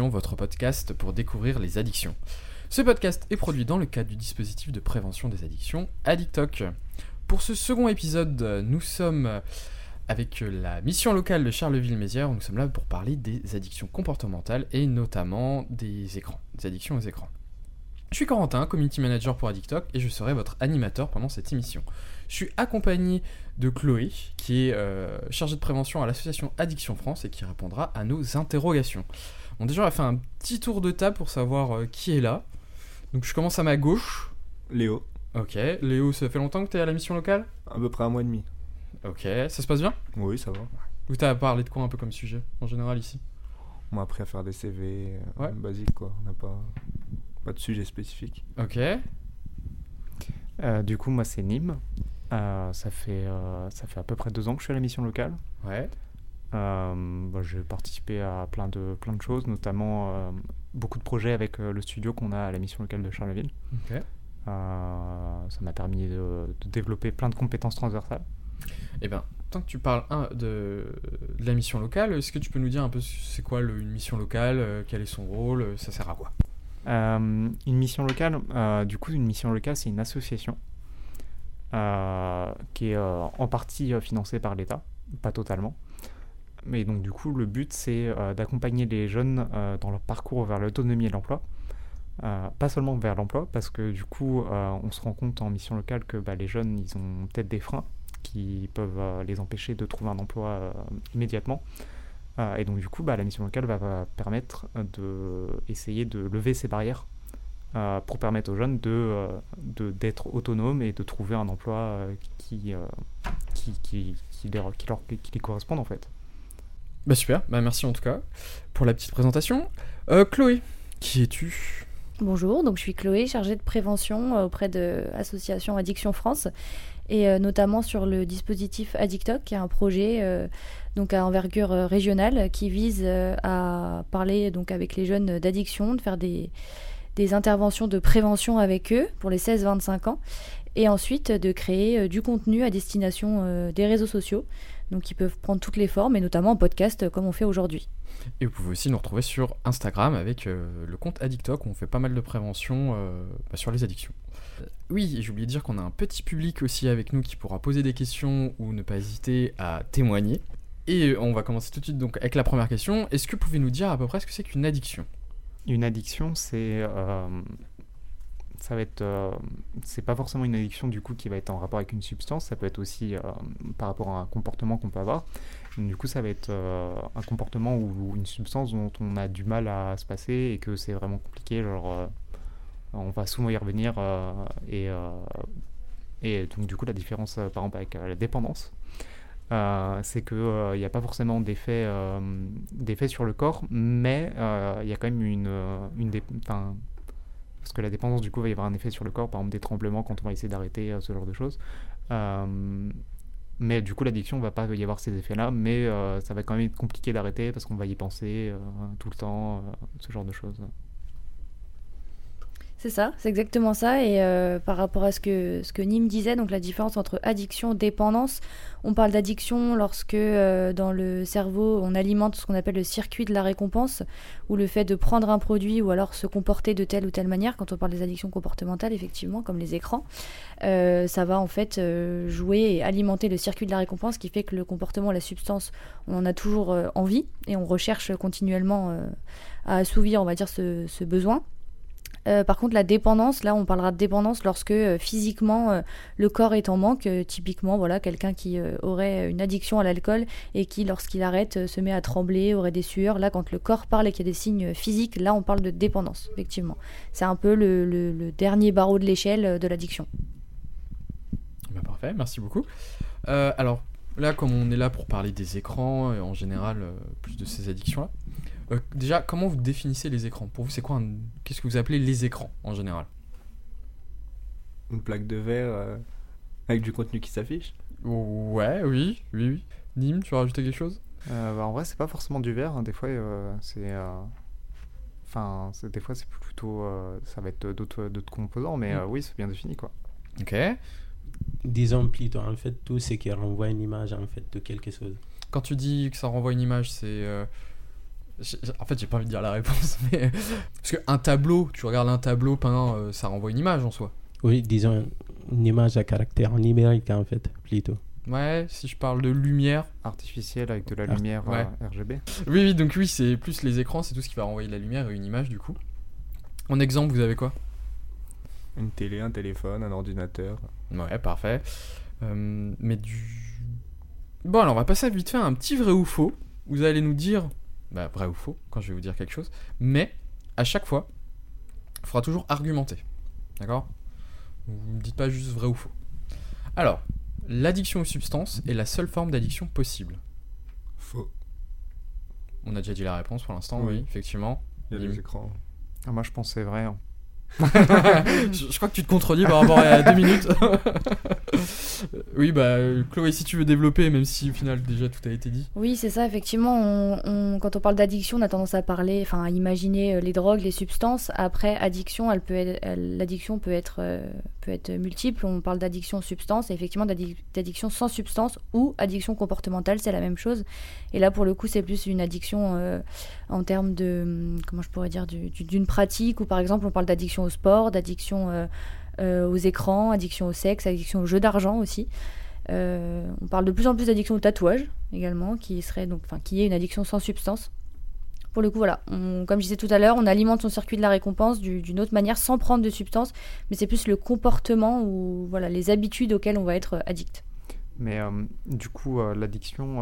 Prévention, votre podcast pour découvrir les addictions. Ce podcast est produit dans le cadre du dispositif de prévention des addictions Addictoc. Pour ce second épisode, nous sommes avec la mission locale de Charleville-Mézières. Nous sommes là pour parler des addictions comportementales et notamment des écrans, des addictions aux écrans. Je suis Corentin, Community Manager pour Addictoc et je serai votre animateur pendant cette émission. Je suis accompagné de Chloé, qui est chargée de prévention à l'association Addiction France et qui répondra à nos interrogations. Bon, déjà, on va faire un petit tour de table pour savoir qui est là. Donc, je commence à ma gauche. Léo. Ok. Léo, ça fait longtemps que tu es à la mission locale ? À peu près 1 mois et demi. Ok. Ça se passe bien ? Oui, ça va. Ou t'as parlé de quoi un peu comme sujet, en général, ici ? On m'a appris à faire des CV Ouais. basiques, quoi. On n'a pas de sujet spécifique. Ok. Du coup, moi, c'est Nîmes. Ça fait à peu près 2 ans que je suis à la mission locale. Ouais. J'ai participé à plein de choses, notamment beaucoup de projets avec le studio qu'on a à la mission locale de Charleville. Ok. Ça m'a permis de développer plein de compétences transversales. Eh bien, tant que tu parles de la mission locale, est-ce que tu peux nous dire un peu c'est quoi une mission locale, quel est son rôle, ça sert à quoi ? Une mission locale, une mission locale, c'est une association qui est en partie financée par l'État, pas totalement. Mais donc du coup, le but, c'est d'accompagner les jeunes dans leur parcours vers l'autonomie et l'emploi. Pas seulement vers l'emploi, parce que du coup, on se rend compte en mission locale que les jeunes, ils ont peut-être des freins qui peuvent les empêcher de trouver un emploi immédiatement. Et donc du coup, la mission locale va permettre d'essayer de lever ces barrières pour permettre aux jeunes d'être autonomes et de trouver un emploi qui les corresponde en fait. Bah super, merci en tout cas pour la petite présentation. Chloé, qui es-tu ? Bonjour, donc je suis Chloé, chargée de prévention auprès de l'association Addiction France et notamment sur le dispositif Addictoc, qui est un projet donc à envergure régionale qui vise à parler donc avec les jeunes d'addiction, de faire des interventions de prévention avec eux pour les 16-25 ans et ensuite de créer du contenu à destination des réseaux sociaux, donc qui peuvent prendre toutes les formes et notamment en podcast comme on fait aujourd'hui. Et vous pouvez aussi nous retrouver sur Instagram avec le compte Addictoc où on fait pas mal de prévention sur les addictions. Oui, et j'ai oublié de dire qu'on a un petit public aussi avec nous qui pourra poser des questions ou ne pas hésiter à témoigner. Et on va commencer tout de suite donc avec la première question. Est-ce que vous pouvez nous dire à peu près ce que c'est qu'une addiction ? Une addiction, c'est pas forcément une addiction du coup qui va être en rapport avec une substance, ça peut être aussi par rapport à un comportement qu'on peut avoir. Du coup, ça va être un comportement ou une substance dont on a du mal à se passer et que c'est vraiment compliqué, on va souvent y revenir et donc du coup la différence par exemple avec la dépendance, c'est qu'il n'y a pas forcément d'effet sur le corps, mais il y a quand même parce que la dépendance du coup va y avoir un effet sur le corps, par exemple des tremblements quand on va essayer d'arrêter, ce genre de choses. Mais du coup l'addiction va pas y avoir ces effets-là, mais ça va quand même être compliqué d'arrêter parce qu'on va y penser tout le temps, ce genre de choses. C'est ça, c'est exactement ça. Et par rapport à ce que Nîmes disait, donc la différence entre addiction et dépendance, on parle d'addiction lorsque dans le cerveau, on alimente ce qu'on appelle le circuit de la récompense, ou le fait de prendre un produit ou alors se comporter de telle ou telle manière. Quand on parle des addictions comportementales, effectivement, comme les écrans, ça va en fait jouer et alimenter le circuit de la récompense qui fait que le comportement, la substance, on en a toujours envie et on recherche continuellement à assouvir, on va dire, ce besoin. Par contre, la dépendance, là, on parlera de dépendance lorsque physiquement le corps est en manque. Typiquement, voilà, quelqu'un qui aurait une addiction à l'alcool et qui, lorsqu'il arrête, se met à trembler, aurait des sueurs. Là, quand le corps parle et qu'il y a des signes physiques, là, on parle de dépendance, effectivement. C'est un peu le dernier barreau de l'échelle de l'addiction. Parfait, merci beaucoup. Alors, là, comme on est là pour parler des écrans, et en général, plus de ces addictions-là, déjà, comment vous définissez les écrans ? Pour vous, c'est quoi qu'est-ce que vous appelez les écrans, en général ? Une plaque de verre avec du contenu qui s'affiche. Ouais, oui. Nîmes, tu veux rajouter quelque chose ? En vrai, c'est pas forcément du verre, hein. Des fois, des fois, c'est plutôt... ça va être d'autres composants, mais oui, c'est bien défini, quoi. Ok. Disons plutôt, en fait, tout ce qui renvoie une image, en fait, de quelque chose. Quand tu dis que ça renvoie une image, c'est... En fait, j'ai pas envie de dire la réponse, mais parce qu'un tableau, tu regardes un tableau peint, ça renvoie une image en soi. Oui, disons une image à caractère numérique en fait, plutôt. Ouais, si je parle de lumière. Artificielle avec de la lumière ouais. RGB. Oui, donc oui, c'est plus les écrans, c'est tout ce qui va renvoyer de la lumière et une image du coup. En exemple, vous avez quoi? Une télé, un téléphone, un ordinateur. Ouais, parfait. Mais du... Bon, alors on va passer vite fait à un petit vrai ou faux. Vous allez nous dire, vrai ou faux, quand je vais vous dire quelque chose. Mais, à chaque fois, il faudra toujours argumenter. D'accord? Vous ne me dites pas juste vrai ou faux. Alors, l'addiction aux substances est la seule forme d'addiction possible. Faux. On a déjà dit la réponse pour l'instant, oui, effectivement. Il y a des écrans. Ah, moi je pense que c'est vrai. je crois que tu te contredis par rapport à 2 minutes. Oui, Chloé, si tu veux développer, même si au final déjà tout a été dit. Oui, c'est ça, effectivement. Quand on parle d'addiction, on a tendance à imaginer les drogues, les substances. Après, addiction, l'addiction peut être multiple. On parle d'addiction aux substances et effectivement d'addiction sans substance ou addiction comportementale, c'est la même chose. Et là, pour le coup, c'est plus une addiction en termes de, comment je pourrais dire, d'une pratique, ou par exemple, on parle d'addiction au sport, d'addiction aux écrans, addiction au sexe, addiction aux jeux d'argent aussi. On parle de plus en plus d'addiction au tatouage également, qui est une addiction sans substance. Pour le coup, voilà, comme je disais tout à l'heure, on alimente son circuit de la récompense d'une autre manière sans prendre de substance, mais c'est plus le comportement ou voilà, les habitudes auxquelles on va être addict. Mais du coup, l'addiction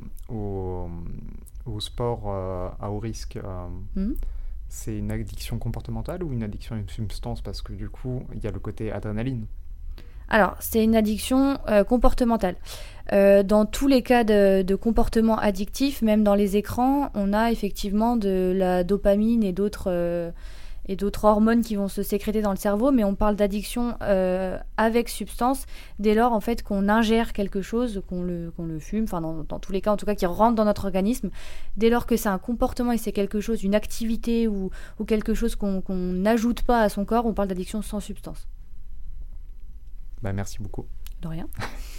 au sport à haut risque, c'est une addiction comportementale ou une addiction à une substance? Parce que du coup, il y a le côté adrénaline. Alors, c'est une addiction comportementale. Dans tous les cas de comportement addictif, même dans les écrans, on a effectivement de la dopamine et d'autres hormones qui vont se sécréter dans le cerveau, mais on parle d'addiction avec substance dès lors en fait qu'on ingère quelque chose, qu'on le fume, enfin dans tous les cas en tout cas qui rentre dans notre organisme, dès lors que c'est un comportement et c'est quelque chose, une activité ou quelque chose qu'on n'ajoute pas à son corps, on parle d'addiction sans substance. Merci beaucoup. De rien.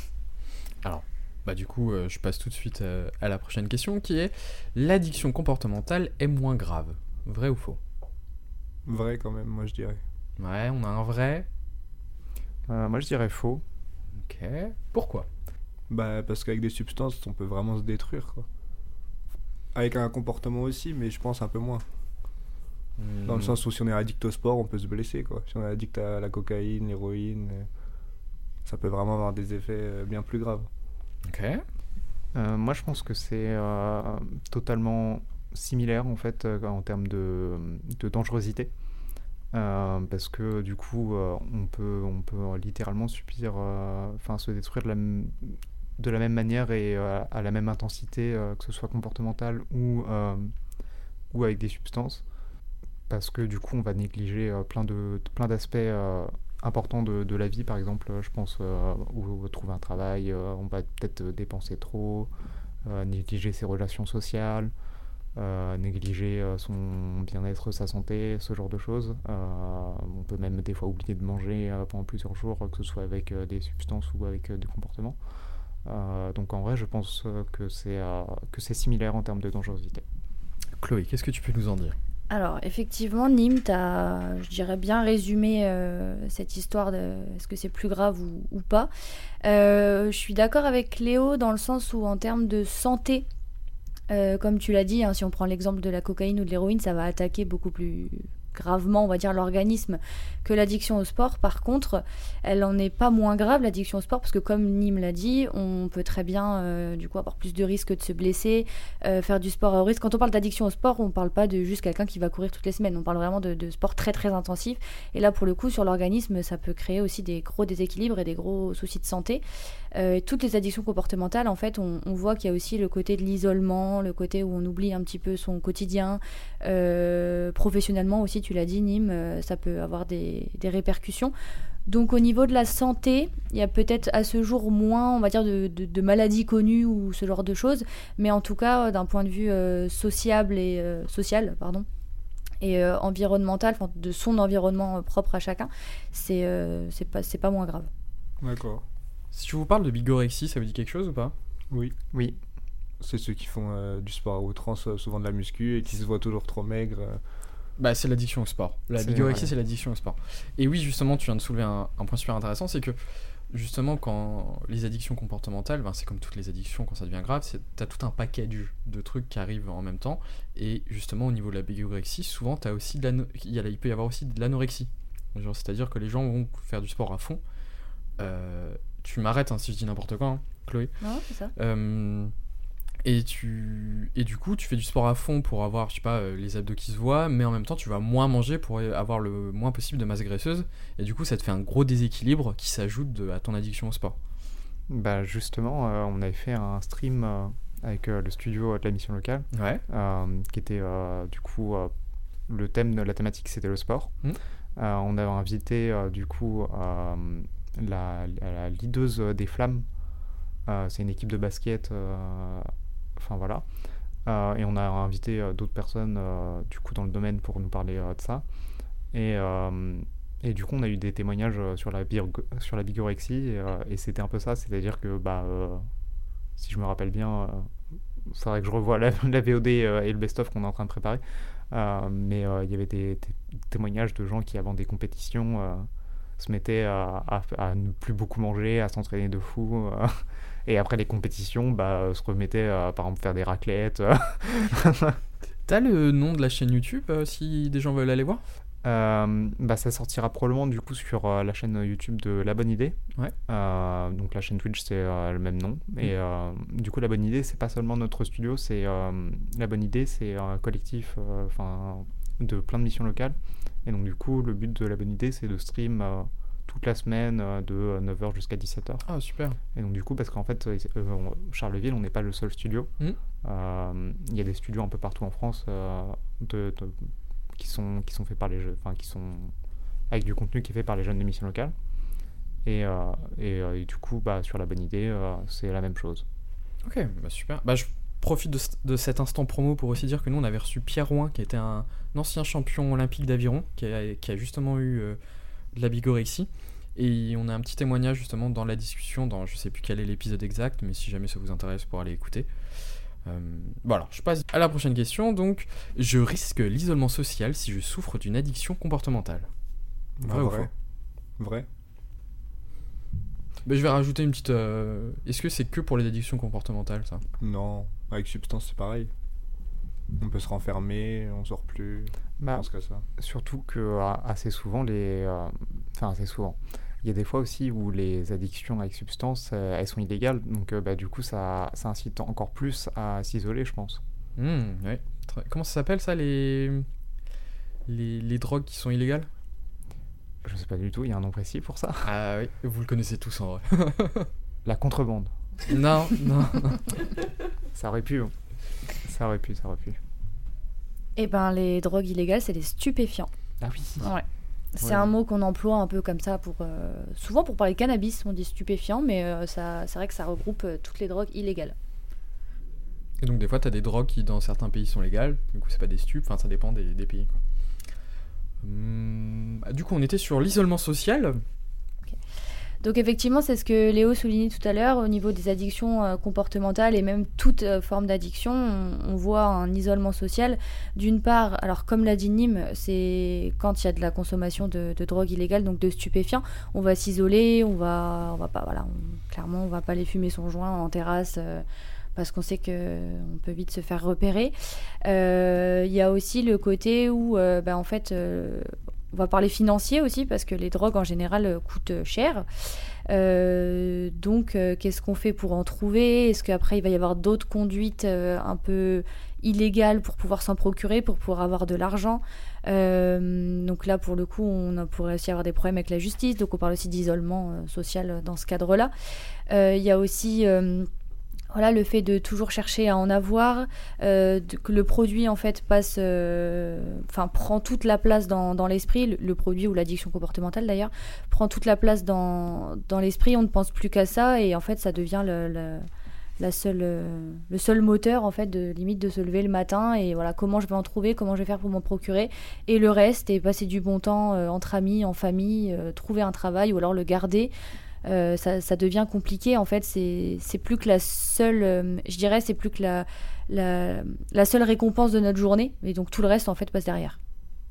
Alors, du coup, je passe tout de suite à la prochaine question qui est: l'addiction comportementale est moins grave, vrai ou faux? Vrai quand même, moi je dirais. Ouais, on a un vrai. Moi je dirais faux. Ok. Pourquoi? Parce qu'avec des substances, on peut vraiment se détruire, quoi. Avec un comportement aussi, mais je pense un peu moins. Dans le sens où si on est addict au sport, on peut se blesser, quoi. Si on est addict à la cocaïne, l'héroïne, ça peut vraiment avoir des effets bien plus graves. Ok. Moi je pense que c'est totalement similaire en fait en termes de dangerosité. Parce que du coup on peut littéralement subir, se détruire de la même manière et à la même intensité, que ce soit comportementale ou avec des substances, parce que du coup on va négliger plein d'aspects importants de la vie. Par exemple, je pense où trouver un travail, on va peut-être dépenser trop, négliger ses relations sociales, négliger son bien-être, sa santé, ce genre de choses. On peut même des fois oublier de manger pendant plusieurs jours, que ce soit avec des substances ou avec des comportements. Donc en vrai, je pense que c'est similaire en termes de dangerosité. Chloé, qu'est-ce que tu peux nous en dire? Alors, effectivement, Nîmes, t'as, je dirais, bien résumé cette histoire de est-ce que c'est plus grave ou pas. Je suis d'accord avec Léo dans le sens où, en termes de santé, comme tu l'as dit, si on prend l'exemple de la cocaïne ou de l'héroïne, ça va attaquer beaucoup plus gravement, on va dire, l'organisme que l'addiction au sport. Par contre, elle en est pas moins grave, l'addiction au sport, parce que comme Nîmes l'a dit, on peut très bien du coup avoir plus de risques de se blesser, faire du sport à haut risque. Quand on parle d'addiction au sport, on parle pas de juste quelqu'un qui va courir toutes les semaines, on parle vraiment de sport très très intensif, et là pour le coup sur l'organisme ça peut créer aussi des gros déséquilibres et des gros soucis de santé. Toutes les addictions comportementales, en fait, on voit qu'il y a aussi le côté de l'isolement, le côté où on oublie un petit peu son quotidien, professionnellement aussi, tu l'as dit Nîmes, ça peut avoir des répercussions. Donc au niveau de la santé, il y a peut-être à ce jour moins, on va dire, de maladies connues ou ce genre de choses, mais en tout cas d'un point de vue social et environnemental, de son environnement propre à chacun, c'est pas moins grave. D'accord. Si je vous parle de bigorexie, ça vous dit quelque chose ou pas? Oui. C'est ceux qui font du sport à outrance, souvent de la muscu, et qui se voient toujours trop maigres. Bah, c'est l'addiction au sport. La bigorexie, c'est l'addiction au sport. Et oui, justement, tu viens de soulever un point super intéressant, c'est que justement, quand les addictions comportementales, c'est comme toutes les addictions, quand ça devient grave, t'as tout un package de trucs qui arrivent en même temps. Et justement, au niveau de la bigorexie, souvent, il peut y avoir aussi de l'anorexie. Genre, c'est-à-dire que les gens vont faire du sport à fond. Tu m'arrêtes si je dis n'importe quoi, hein, Chloé. Non, c'est ça. Et du coup, tu fais du sport à fond pour avoir, je sais pas, les abdos qui se voient, mais en même temps, tu vas moins manger pour avoir le moins possible de masse graisseuse. Et du coup, ça te fait un gros déséquilibre qui s'ajoute à ton addiction au sport. Bah justement, on avait fait un stream avec le studio de la mission locale, qui était du coup le thème de la thématique, c'était le sport. On avait invité du coup la leaduse des Flammes. C'est une équipe de basket. Enfin voilà. Et on a invité d'autres personnes du coup dans le domaine pour nous parler de ça. Et du coup on a eu des témoignages sur la bigorexie et c'était un peu ça, c'est-à-dire que si je me rappelle bien, c'est vrai que je revois la VOD et le best-of qu'on est en train de préparer, mais il y avait des témoignages de gens qui avant des compétitions se mettaient à ne plus beaucoup manger, à s'entraîner de fou. Et après les compétitions, se remettaient par exemple faire des raclettes. T'as le nom de la chaîne YouTube si des gens veulent aller voir? Ça sortira probablement du coup sur la chaîne YouTube de La Bonne Idée. Donc la chaîne Twitch c'est le même nom. Et du coup La Bonne Idée c'est pas seulement notre studio, c'est La Bonne Idée c'est un collectif de plein de missions locales. Et donc du coup le but de La Bonne Idée c'est de stream toute la semaine de 9h jusqu'à 17h. Ah super. Et donc du coup parce qu'en fait Charleville on n'est pas le seul studio. Il y a des studios un peu partout en France qui sont faits par les jeunes, qui sont avec du contenu qui est fait par les jeunes d'émissions locales. Et du coup sur La Bonne Idée c'est la même chose. Ok, super. Je profite de cet instant promo pour aussi dire que nous on avait reçu Pierre Rouen qui était un ancien champion olympique d'aviron qui a justement eu de la bigorexie, et on a un petit témoignage justement dans la discussion, dans je sais plus quel est l'épisode exact, mais si jamais ça vous intéresse pour aller écouter. Voilà, je passe à la prochaine question. Donc, je risque l'isolement social si je souffre d'une addiction comportementale. Vrai ou faux? Vrai. Je vais rajouter une petite... Est-ce que c'est que pour les addictions comportementales, ça? Non, avec substance c'est pareil. On peut se renfermer, on sort plus. Je pense que ça. Surtout que assez souvent, assez souvent. Il y a des fois aussi où les addictions avec substances, elles sont illégales. Donc du coup, ça incite encore plus à s'isoler, je pense. Oui. Comment ça s'appelle ça, les drogues qui sont illégales? Je sais pas du tout, il y a un nom précis pour ça. Ah oui, vous le connaissez tous en vrai. La contrebande. Non. Ça aurait pu. Ça aurait pu. Et les drogues illégales, c'est les stupéfiants. Ah oui. Ouais. C'est un mot qu'on emploie un peu comme ça souvent pour parler de cannabis, on dit stupéfiant, mais c'est vrai que ça regroupe toutes les drogues illégales. Et donc des fois, tu as des drogues qui dans certains pays sont légales, du coup c'est pas des stupes, ça dépend des pays, quoi. Du coup, on était sur l'isolement social. Okay. Donc effectivement, c'est ce que Léo soulignait tout à l'heure, au niveau des addictions comportementales et même toute forme d'addiction, on voit un isolement social. D'une part, alors comme l'a dit Nîmes, c'est quand il y a de la consommation de drogue illégale, donc de stupéfiants, on va s'isoler, on va pas, clairement, on va pas aller fumer son joint en terrasse. Parce qu'on sait qu'on peut vite se faire repérer. Il y a aussi le côté où, en fait, on va parler financier aussi, parce que les drogues, en général, coûtent cher. Donc, qu'est-ce qu'on fait pour en trouver? Est-ce qu'après, il va y avoir d'autres conduites un peu illégales pour pouvoir s'en procurer, pour pouvoir avoir de l'argent? Donc là, pour le coup, on pourrait aussi avoir des problèmes avec la justice. Donc, on parle aussi d'isolement social dans ce cadre-là. Il y a aussi... le fait de toujours chercher à en avoir, que le produit en fait prend toute la place dans l'esprit, le produit ou l'addiction comportementale d'ailleurs, prend toute la place dans l'esprit, on ne pense plus qu'à ça et en fait ça devient le seul moteur en fait de se lever le matin et voilà comment je vais en trouver, comment je vais faire pour m'en procurer et le reste et passer du bon temps entre amis, en famille, trouver un travail ou alors le garder. ça devient compliqué. En fait, c'est plus que la seule, je dirais, c'est plus que la seule récompense de notre journée. Et donc tout le reste, en fait, passe derrière.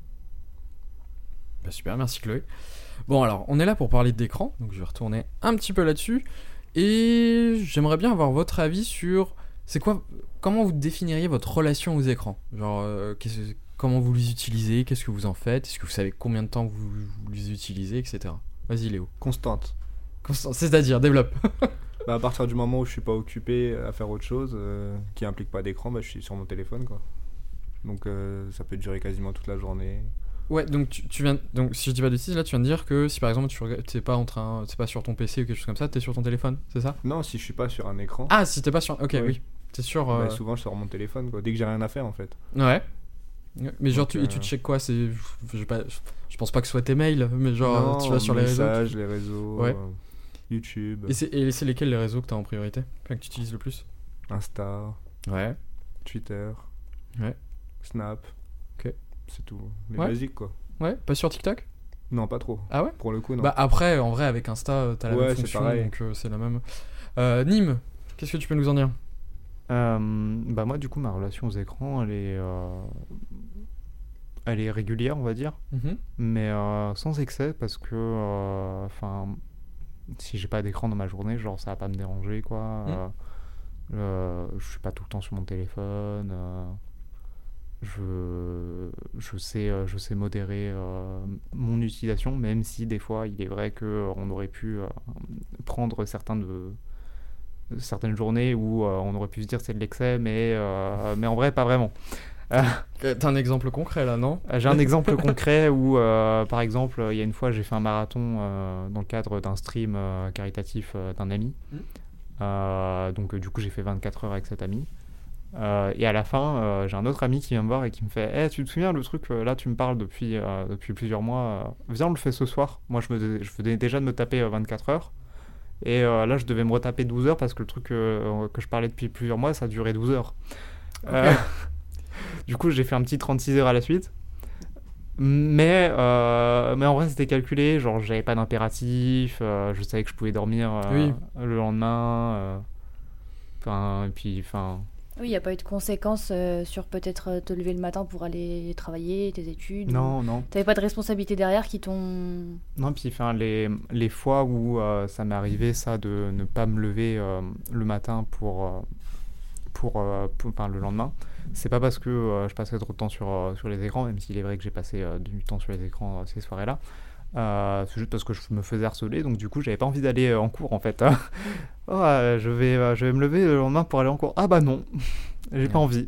Bah super, merci Chloé. Bon alors, on est là pour parler d'écran, donc je vais retourner un petit peu là-dessus. Et j'aimerais bien avoir votre avis sur... Comment vous définiriez votre relation aux écrans ? Genre, comment vous les utilisez ? Qu'est-ce que vous en faites ? Est-ce que vous savez combien de temps vous les utilisez, etc. Vas-y Léo. Constante. C'est-à-dire, développe. À partir du moment où je suis pas occupé à faire autre chose qui implique pas d'écran, je suis sur mon téléphone, quoi. Donc ça peut durer quasiment toute la journée. Ouais, donc tu viens, donc si je dis pas de bêtises, là tu viens de dire que si par exemple t'es pas sur ton PC ou quelque chose comme ça, t'es sur ton téléphone, c'est ça ? Non, si je suis pas sur un écran. Ah, si t'es pas sur, ok, oui. T'es sur. Souvent je sors mon téléphone, quoi. Dès que j'ai rien à faire, en fait. Ouais. Mais genre donc, tu checkes quoi ? Je pense pas que ce soit tes mails, mais genre non, tu vas sur les réseaux. Les réseaux, ouais. YouTube. Et c'est lesquels les réseaux que t'as en priorité, enfin, que tu utilises le plus ? Insta. Ouais. Twitter. Ouais. Snap. Ok. C'est tout. Les Ouais. basiques, quoi. Ouais. Pas sur TikTok ? Non, pas trop. Ah ouais ? Pour le coup, non. Bah après, en vrai, avec Insta, t'as la même c'est fonction, pareil. donc c'est la même. Nîmes, qu'est-ce que tu peux nous en dire ? Moi, du coup, ma relation aux écrans, elle est régulière, on va dire, mais sans excès, parce que, si j'ai pas d'écran dans ma journée, genre, ça va pas me déranger, quoi. Je suis pas tout le temps sur mon téléphone. Je sais modérer mon utilisation, même si des fois, il est vrai qu'on aurait pu prendre certaines journées où on aurait pu se dire c'est de l'excès, mais en vrai, pas vraiment. T'as un exemple concret là, non ? J'ai un exemple concret où, par exemple, il y a une fois, j'ai fait un marathon dans le cadre d'un stream caritatif d'un ami. Donc, du coup, j'ai fait 24 heures avec cet ami. Et à la fin, j'ai un autre ami qui vient me voir et qui me fait hey, tu te souviens le truc, là tu me parles depuis plusieurs mois, viens on le fait ce soir. Moi je venais déjà de me taper 24 heures. Et là, je devais me retaper 12 heures parce que le truc que je parlais depuis plusieurs mois, ça durait 12 heures. Okay. Du coup, j'ai fait un petit 36 heures à la suite. Mais en vrai, c'était calculé. Genre, j'avais pas d'impératif. Je savais que je pouvais dormir le lendemain. Oui, il n'y a pas eu de conséquences sur peut-être te lever le matin pour aller travailler, tes études. Non. T'avais pas de responsabilité derrière qui t'ont... Non, puis les fois où ça m'est arrivé, ça, de ne pas me lever le matin pour le lendemain, c'est pas parce que je passais trop de temps sur les écrans, même s'il est vrai que j'ai passé du temps sur les écrans ces soirées-là. C'est juste parce que je me faisais harceler, donc du coup j'avais pas envie d'aller en cours en fait. Je vais me lever le lendemain pour aller en cours. Ah bah non, j'ai pas envie.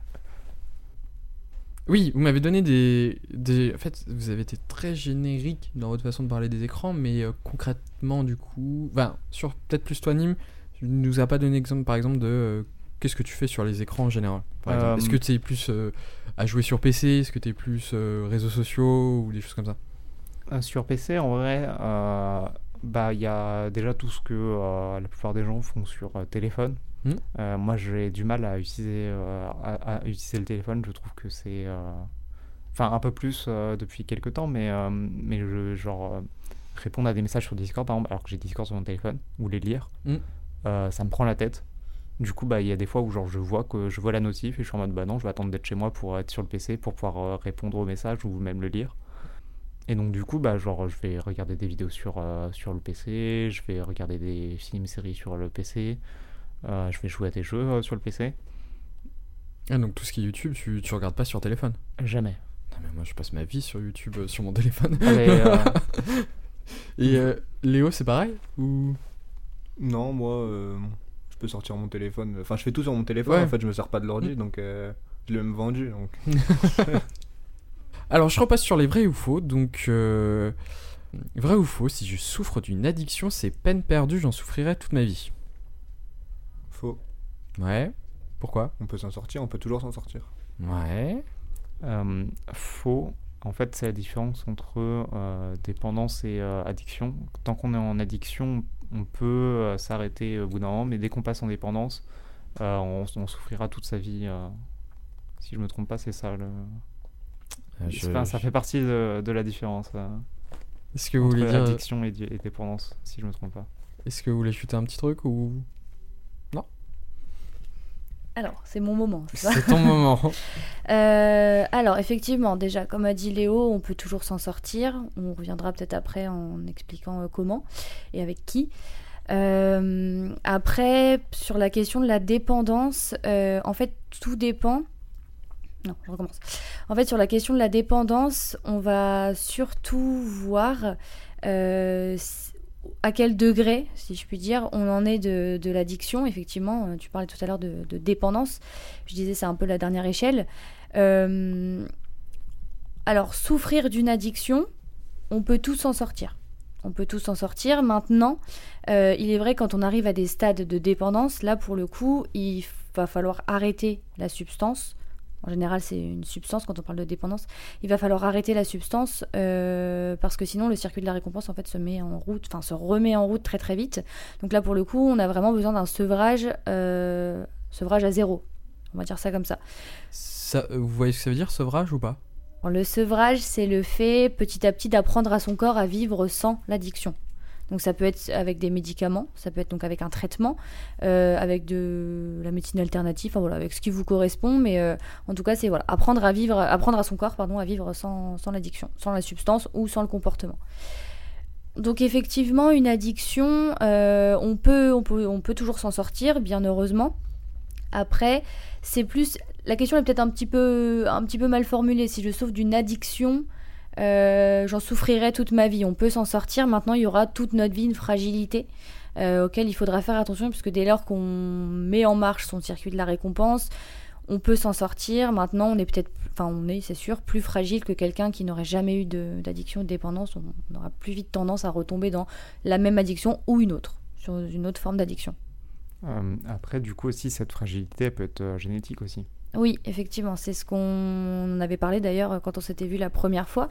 Oui, vous m'avez donné En fait, vous avez été très générique dans votre façon de parler des écrans, mais concrètement du coup... sur peut-être plus toi Nîmes, tu nous as pas donné exemple par exemple de... Qu'est-ce que tu fais sur les écrans en général, par exemple ? Est-ce que tu es plus à jouer sur PC ? Est-ce que tu es plus réseaux sociaux ou des choses comme ça ? Sur PC, en vrai, il y a déjà tout ce que la plupart des gens font sur téléphone. Moi, j'ai du mal à utiliser le téléphone. Je trouve que c'est... un peu plus depuis quelques temps, mais répondre à des messages sur Discord, par exemple, alors que j'ai Discord sur mon téléphone, ou les lire, ça me prend la tête. Du coup, il y a des fois où je vois la notif et je suis en mode non, je vais attendre d'être chez moi pour être sur le PC pour pouvoir répondre aux messages ou même le lire. Et donc du coup, je vais regarder des vidéos sur le PC, je vais regarder des films, séries sur le PC, je vais jouer à des jeux sur le PC. Ah, donc tout ce qui est YouTube, tu regardes pas sur téléphone ? Jamais. Non, mais moi je passe ma vie sur YouTube, sur mon téléphone. Et Léo, c'est pareil ou... Non, moi, je peux sortir mon téléphone. Enfin, je fais tout sur mon téléphone. En fait, je me sers pas de l'ordi, donc je l'ai même vendu. Donc. Alors, je repasse sur les vrais ou faux. Donc, vrai ou faux, si je souffre d'une addiction, c'est peine perdue, j'en souffrirai toute ma vie. Faux. Ouais. Pourquoi ? On peut s'en sortir, on peut toujours s'en sortir. Ouais. Faux. En fait, c'est la différence entre dépendance et addiction. Tant qu'on est en addiction, on peut s'arrêter au bout d'un moment, mais dès qu'on passe en dépendance, on souffrira toute sa vie. Si je me trompe pas, c'est ça. Ça fait partie de la différence. Est-ce que vous Entre voulez dire... addiction et dépendance, si je me trompe pas. Est-ce que vous voulez chuter un petit truc ou... Alors, c'est mon moment, c'est ça? C'est ton moment. Alors, effectivement, déjà, comme a dit Léo, on peut toujours s'en sortir. On reviendra peut-être après en expliquant comment et avec qui. Après, sur la question de la dépendance, en fait, tout dépend. Non, je recommence. En fait, sur la question de la dépendance, on va surtout voir à quel degré, si je puis dire, on en est de l'addiction. Effectivement, tu parlais tout à l'heure de dépendance. Je disais, c'est un peu la dernière échelle. Alors, souffrir d'une addiction, on peut tous s'en sortir. On peut tous s'en sortir. Maintenant, il est vrai, quand on arrive à des stades de dépendance, là, pour le coup, il va falloir arrêter la substance. En général, c'est une substance quand on parle de dépendance. Il va falloir arrêter la substance parce que sinon, le circuit de la récompense en fait se remet en route très très vite. Donc là, pour le coup, on a vraiment besoin d'un sevrage à zéro. On va dire ça comme ça. Vous voyez ce que ça veut dire, sevrage ou pas? Le sevrage, c'est le fait petit à petit d'apprendre à son corps à vivre sans l'addiction. Donc ça peut être avec des médicaments, ça peut être donc avec un traitement, avec de la médecine alternative, enfin voilà, avec ce qui vous correspond, mais en tout cas c'est voilà, apprendre à son corps à vivre sans l'addiction, sans la substance ou sans le comportement. Donc effectivement une addiction, on peut toujours s'en sortir, bien heureusement. Après c'est plus, la question est peut-être un petit peu mal formulée. Si je souffre d'une addiction, j'en souffrirai toute ma vie. On peut s'en sortir. Maintenant, il y aura toute notre vie une fragilité auquel il faudra faire attention, puisque dès lors qu'on met en marche son circuit de la récompense, on peut s'en sortir. Maintenant, on est, c'est sûr, plus fragile que quelqu'un qui n'aurait jamais eu d'addiction ou de dépendance. On aura plus vite tendance à retomber dans la même addiction ou une autre, sur une autre forme d'addiction. Après, du coup, aussi, cette fragilité, elle peut être génétique aussi. Oui, effectivement, c'est ce qu'on avait parlé d'ailleurs quand on s'était vu la première fois.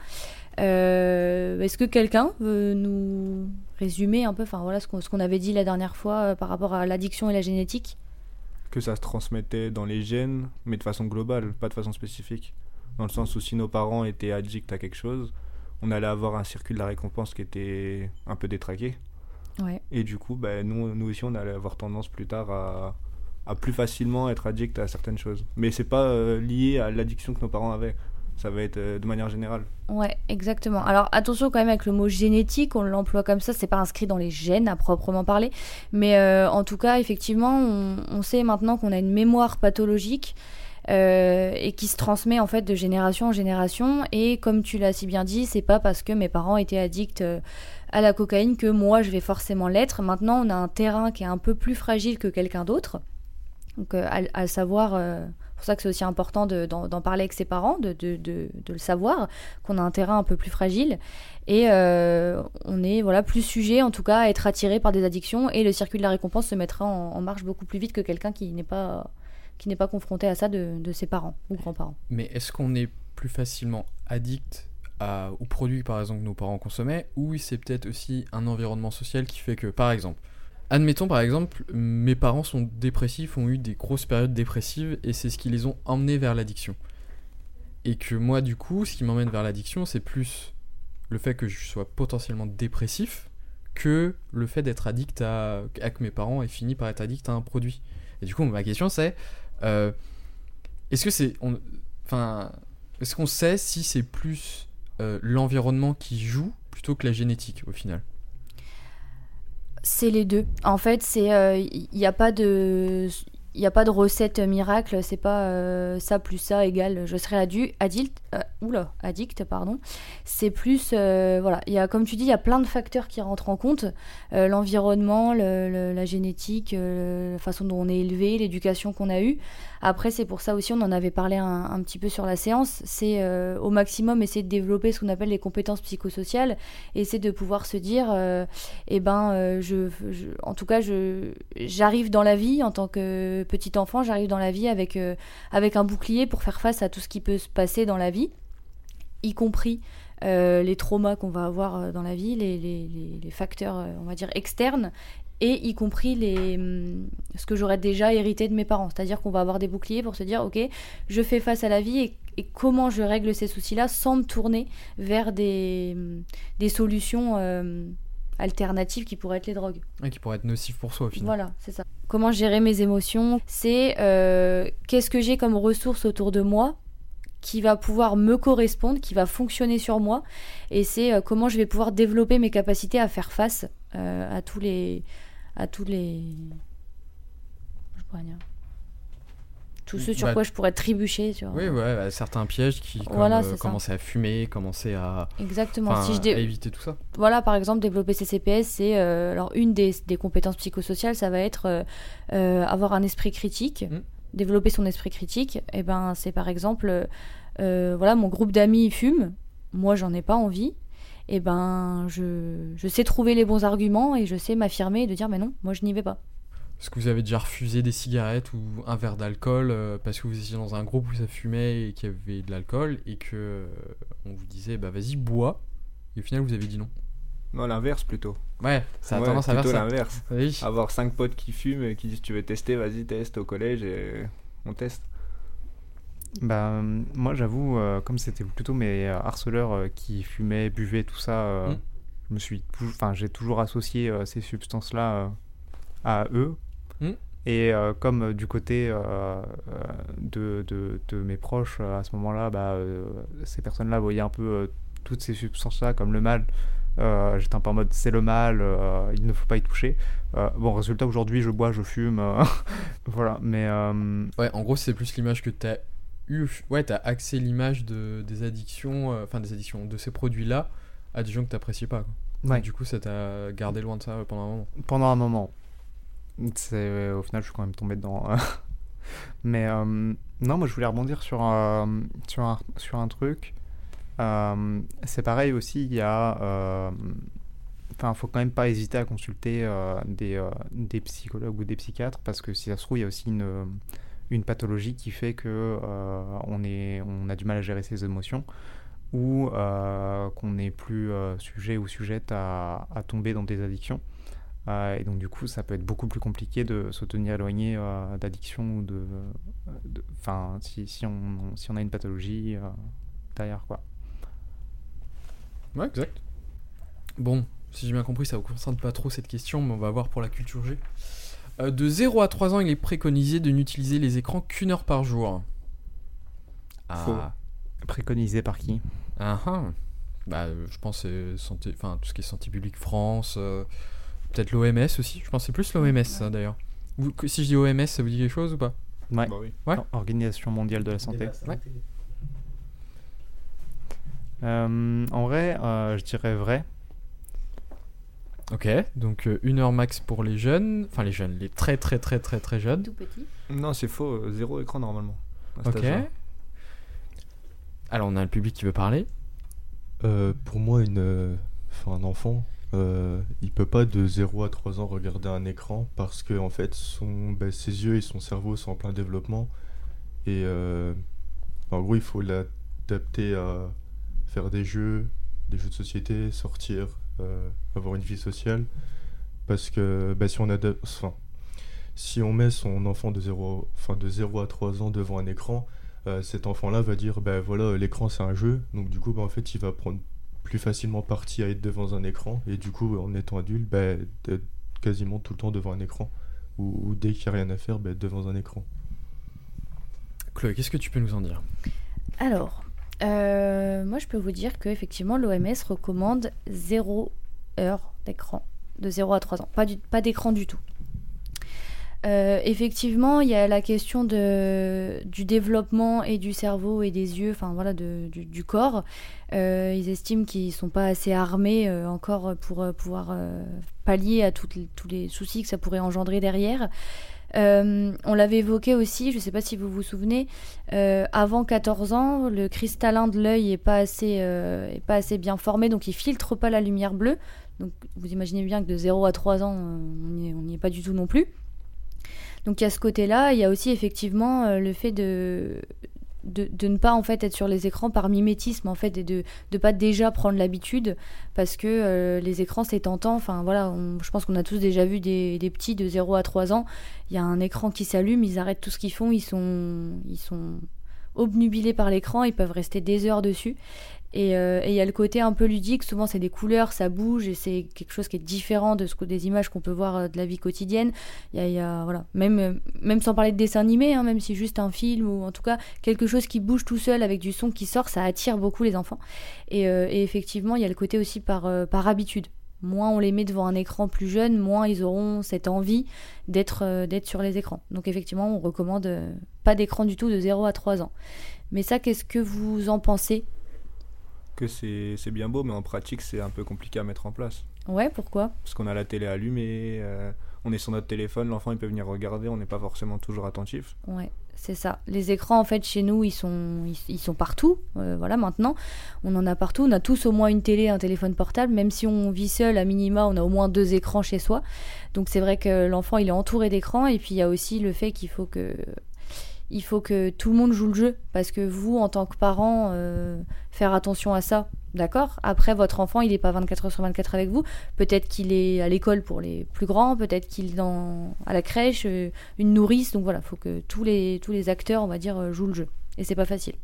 Est-ce que quelqu'un veut nous résumer un peu, ce qu'on avait dit la dernière fois par rapport à l'addiction et la génétique? Que ça se transmettait dans les gènes, mais de façon globale, pas de façon spécifique. Dans le sens où si nos parents étaient addicts à quelque chose, on allait avoir un circuit de la récompense qui était un peu détraqué. Ouais. Et du coup, nous aussi, on allait avoir tendance plus tard à plus facilement être addict à certaines choses. Mais c'est pas lié à l'addiction que nos parents avaient. Ça va être de manière générale. Ouais, exactement. Alors attention quand même avec le mot génétique, on l'emploie comme ça, c'est pas inscrit dans les gènes à proprement parler. Mais en tout cas, effectivement, on sait maintenant qu'on a une mémoire pathologique et qui se transmet en fait de génération en génération. Et comme tu l'as si bien dit, c'est pas parce que mes parents étaient addicts à la cocaïne que moi je vais forcément l'être. Maintenant, on a un terrain qui est un peu plus fragile que quelqu'un d'autre. Donc à savoir, c'est pour ça que c'est aussi important d'en parler avec ses parents, de le savoir, qu'on a un terrain un peu plus fragile et on est plus sujet en tout cas à être attiré par des addictions et le circuit de la récompense se mettra en marche beaucoup plus vite que quelqu'un qui n'est pas confronté à ça de ses parents ou grands-parents. Mais est-ce qu'on est plus facilement addict aux produits par exemple que nos parents consommaient, ou c'est peut-être aussi un environnement social qui fait que, par exemple, admettons par exemple, mes parents sont dépressifs, ont eu des grosses périodes dépressives et c'est ce qui les ont emmenés vers l'addiction. Et que moi du coup, ce qui m'emmène vers l'addiction, c'est plus le fait que je sois potentiellement dépressif que le fait d'être addict à que mes parents aient fini par être addict à un produit. Et du coup, ma question c'est, est-ce qu'on sait si c'est plus l'environnement qui joue plutôt que la génétique au final? C'est les deux. En fait, il n'y a pas de recette miracle. C'est pas ça plus ça égale je serai addict, pardon. C'est plus il y a, comme tu dis, il y a plein de facteurs qui rentrent en compte, l'environnement, la génétique, la façon dont on est élevé, l'éducation qu'on a eue. Après, c'est pour ça aussi, on en avait parlé un petit peu sur la séance, c'est au maximum essayer de développer ce qu'on appelle les compétences psychosociales, essayer de pouvoir se dire en tout cas, j'arrive dans la vie en tant que petit enfant, j'arrive dans la vie avec un bouclier pour faire face à tout ce qui peut se passer dans la vie, y compris les traumas qu'on va avoir dans la vie, les facteurs, on va dire, externes, et y compris ce que j'aurais déjà hérité de mes parents. C'est-à-dire qu'on va avoir des boucliers pour se dire, ok, je fais face à la vie, et et comment je règle ces soucis-là sans me tourner vers des solutions alternatives qui pourraient être les drogues. Ouais, qui pourraient être nocifs pour soi au final. Voilà, c'est ça. Comment gérer mes émotions, c'est qu'est-ce que j'ai comme ressources autour de moi qui va pouvoir me correspondre, qui va fonctionner sur moi, et c'est comment je vais pouvoir développer mes capacités à faire face à tous les je pourrais dire tout ce sur quoi je pourrais trébucher, tu vois. Oui, ouais, certains pièges qui commencer à fumer, commencer à exactement à éviter tout ça. Voilà, par exemple, développer ses CPS, c'est alors une des compétences psychosociales, ça va être avoir un esprit critique. Développer son esprit critique, et ben c'est par exemple voilà, mon groupe d'amis fume, moi j'en ai pas envie, et ben je sais trouver les bons arguments et je sais m'affirmer et de dire mais non, moi je n'y vais pas. Est-ce que vous avez déjà refusé des cigarettes ou un verre d'alcool parce que vous étiez dans un groupe où ça fumait et qu'il y avait de l'alcool et que on vous disait bah vas-y bois, et au final vous avez dit non? Non, l'inverse plutôt. Ouais, ça a tendance à faire ça. L'inverse. Oui. Avoir 5 potes qui fument et qui disent tu veux tester, vas-y teste au collège et on teste. Bah, moi j'avoue, comme c'était plutôt mes harceleurs qui fumaient, buvaient, tout ça, j'ai toujours associé ces substances-là à eux. Et comme du côté de mes proches à ce moment-là, ces personnes-là voyaient un peu toutes ces substances-là comme le mal. J'étais un peu en mode c'est le mal, il ne faut pas y toucher. Bon, résultat, aujourd'hui je bois, je fume, voilà, mais ouais, en gros c'est plus l'image que t'as eu, ouais, t'as axé l'image des addictions, de ces produits-là à des gens que t'appréciais pas, quoi. Ouais. Et du coup ça t'a gardé loin de ça pendant un moment. Au final je suis quand même tombé dedans. Mais non, moi je voulais rebondir sur un truc. C'est pareil aussi, il y a faut quand même pas hésiter à consulter des psychologues ou des psychiatres, parce que si ça se trouve il y a aussi une pathologie qui fait que on a du mal à gérer ses émotions, ou qu'on n'est plus sujet ou sujette à tomber dans des addictions, et donc du coup ça peut être beaucoup plus compliqué de se tenir éloigné d'addiction, ou si on a une pathologie derrière, quoi. Ouais, exact. Bon, si j'ai bien compris, ça vous concerne pas trop cette question, mais on va voir pour la culture G. De 0 à 3 ans, il est préconisé de n'utiliser les écrans qu'1 heure par jour. Faux. Préconisé par qui? Je pense tout ce qui est Santé publique France, peut-être l'OMS aussi. Je pense que c'est plus l'OMS, ça, d'ailleurs. Si je dis OMS, ça vous dit quelque chose ou pas? Ouais. Bah oui. Ouais. Organisation mondiale de la santé. Ouais. En vrai, je dirais vrai. Ok, donc 1 heure max pour les jeunes, les très très très très très jeunes. Tout petit. Non, c'est faux, 0 écran normalement. Ok. Alors on a le public qui veut parler. Pour moi, un enfant, il peut pas de 0 à 3 ans regarder un écran, parce que en fait ses yeux et son cerveau sont en plein développement, et en gros il faut l'adapter à faire des jeux de société, sortir, avoir une vie sociale, parce que si on met son enfant de 0 à 3 ans devant un écran, cet enfant-là va dire voilà, l'écran c'est un jeu, donc du coup en fait il va prendre plus facilement parti à être devant un écran, et du coup en étant adulte d'être quasiment tout le temps devant un écran, ou dès qu'il n'y a rien à faire devant un écran. Chloé, qu'est-ce que tu peux nous en dire? Alors, moi je peux vous dire qu'effectivement l'OMS recommande 0 heure d'écran de 0 à 3 ans, pas d'écran du tout. Effectivement, il y a la question du développement et du cerveau et des yeux, du corps. Ils estiment qu'ils ne sont pas assez armés encore pour pouvoir pallier à tous les soucis que ça pourrait engendrer derrière. On l'avait évoqué aussi, je ne sais pas si vous vous souvenez, avant 14 ans, le cristallin de l'œil n'est pas assez bien formé, donc il ne filtre pas la lumière bleue. Donc vous imaginez bien que de 0 à 3 ans, on n'y est pas du tout non plus. Donc il y a ce côté-là, il y a aussi effectivement le fait de ne pas en fait être sur les écrans par mimétisme en fait, et de pas déjà prendre l'habitude, parce que les écrans c'est tentant. Je pense qu'on a tous déjà vu des petits de 0 à 3 ans, il y a un écran qui s'allume, ils arrêtent tout ce qu'ils font, ils sont obnubilés par l'écran, ils peuvent rester des heures dessus. Et il y a le côté un peu ludique, souvent c'est des couleurs, ça bouge et c'est quelque chose qui est différent des images qu'on peut voir de la vie quotidienne. Voilà. Même sans parler de dessin animé, même si juste un film ou en tout cas quelque chose qui bouge tout seul avec du son qui sort, ça attire beaucoup les enfants. Et effectivement, il y a le côté aussi par habitude. Moins on les met devant un écran plus jeune, moins ils auront cette envie d'être sur les écrans. Donc effectivement, on recommande pas d'écran du tout de 0 à 3 ans. Mais ça, qu'est-ce que vous en pensez ? Que c'est bien beau, mais en pratique, c'est un peu compliqué à mettre en place. Ouais, pourquoi ? Parce qu'on a la télé allumée, on est sur notre téléphone, l'enfant il peut venir regarder, on n'est pas forcément toujours attentif. Ouais, c'est ça. Les écrans, en fait, chez nous, ils sont partout. Voilà, maintenant, on en a partout. On a tous au moins une télé, un téléphone portable. Même si on vit seul, à minima, on a au moins 2 écrans chez soi. Donc c'est vrai que l'enfant, il est entouré d'écrans. Et puis il y a aussi le fait qu'il faut que tout le monde joue le jeu, parce que vous, en tant que parent, faire attention à ça, d'accord ? Après, votre enfant, il n'est pas 24 heures sur 24 avec vous. Peut-être qu'il est à l'école pour les plus grands, peut-être qu'il est à la crèche, une nourrice. Donc voilà, il faut que tous les acteurs, on va dire, jouent le jeu. Et c'est pas facile.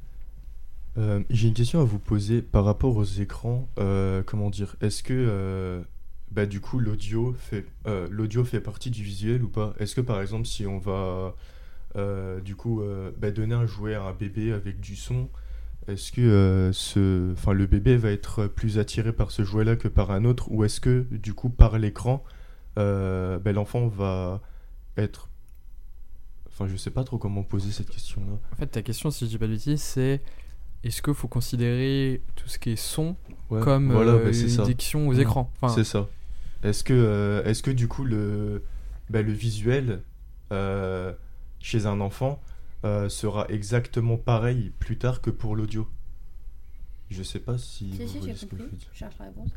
J'ai une question à vous poser par rapport aux écrans. Comment dire ? Est-ce que du coup l'audio fait partie du visuel ou pas ? Est-ce que par exemple, si on va donner un jouet à un bébé avec du son, est-ce que le bébé va être plus attiré par ce jouet-là que par un autre, ou est-ce que du coup par l'écran l'enfant va être... Enfin, je sais pas trop comment poser cette question-là. En fait, ta question, si je dis pas de bêtises, c'est est-ce qu'il faut considérer tout ce qui est son comme une addiction aux écrans ? Enfin, c'est ça. Est-ce que du coup le visuel chez un enfant sera exactement pareil plus tard que pour l'audio ? Je sais pas si vous voyez ce que je veux dire. Je cherche la réponse.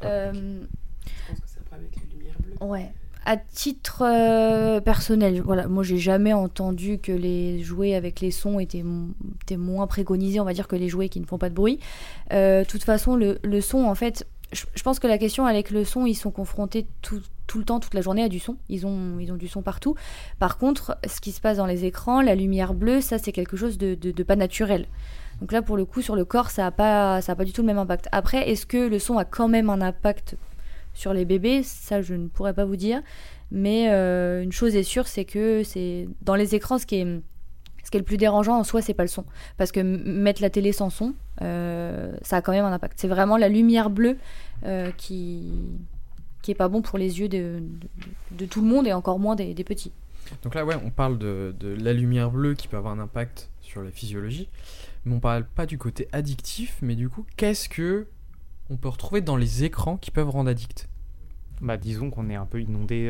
Je pense que ça va avec les lumières bleues. Ouais. À titre personnel, voilà, moi j'ai jamais entendu que les jouets avec les sons étaient moins préconisés, on va dire, que les jouets qui ne font pas de bruit. De toute façon, le son, en fait, je pense que la question avec le son, ils sont confrontés tout le temps, toute la journée à du son. Ils ont du son partout. Par contre, ce qui se passe dans les écrans, la lumière bleue, ça c'est quelque chose de pas naturel. Donc là, pour le coup, sur le corps, ça a pas du tout le même impact. Après, est-ce que le son a quand même un impact sur les bébés ? Ça, je ne pourrais pas vous dire. Mais une chose est sûre, c'est que c'est dans les écrans, ce qui est le plus dérangeant en soi, c'est pas le son. Parce que mettre la télé sans son, ça a quand même un impact. C'est vraiment la lumière bleue qui est pas bon pour les yeux de tout le monde, et encore moins des petits. Donc là, ouais, on parle de la lumière bleue qui peut avoir un impact sur la physiologie, mais on parle pas du côté addictif. Mais du coup, qu'est-ce que on peut retrouver dans les écrans qui peuvent rendre addict ? Disons qu'on est un peu inondé,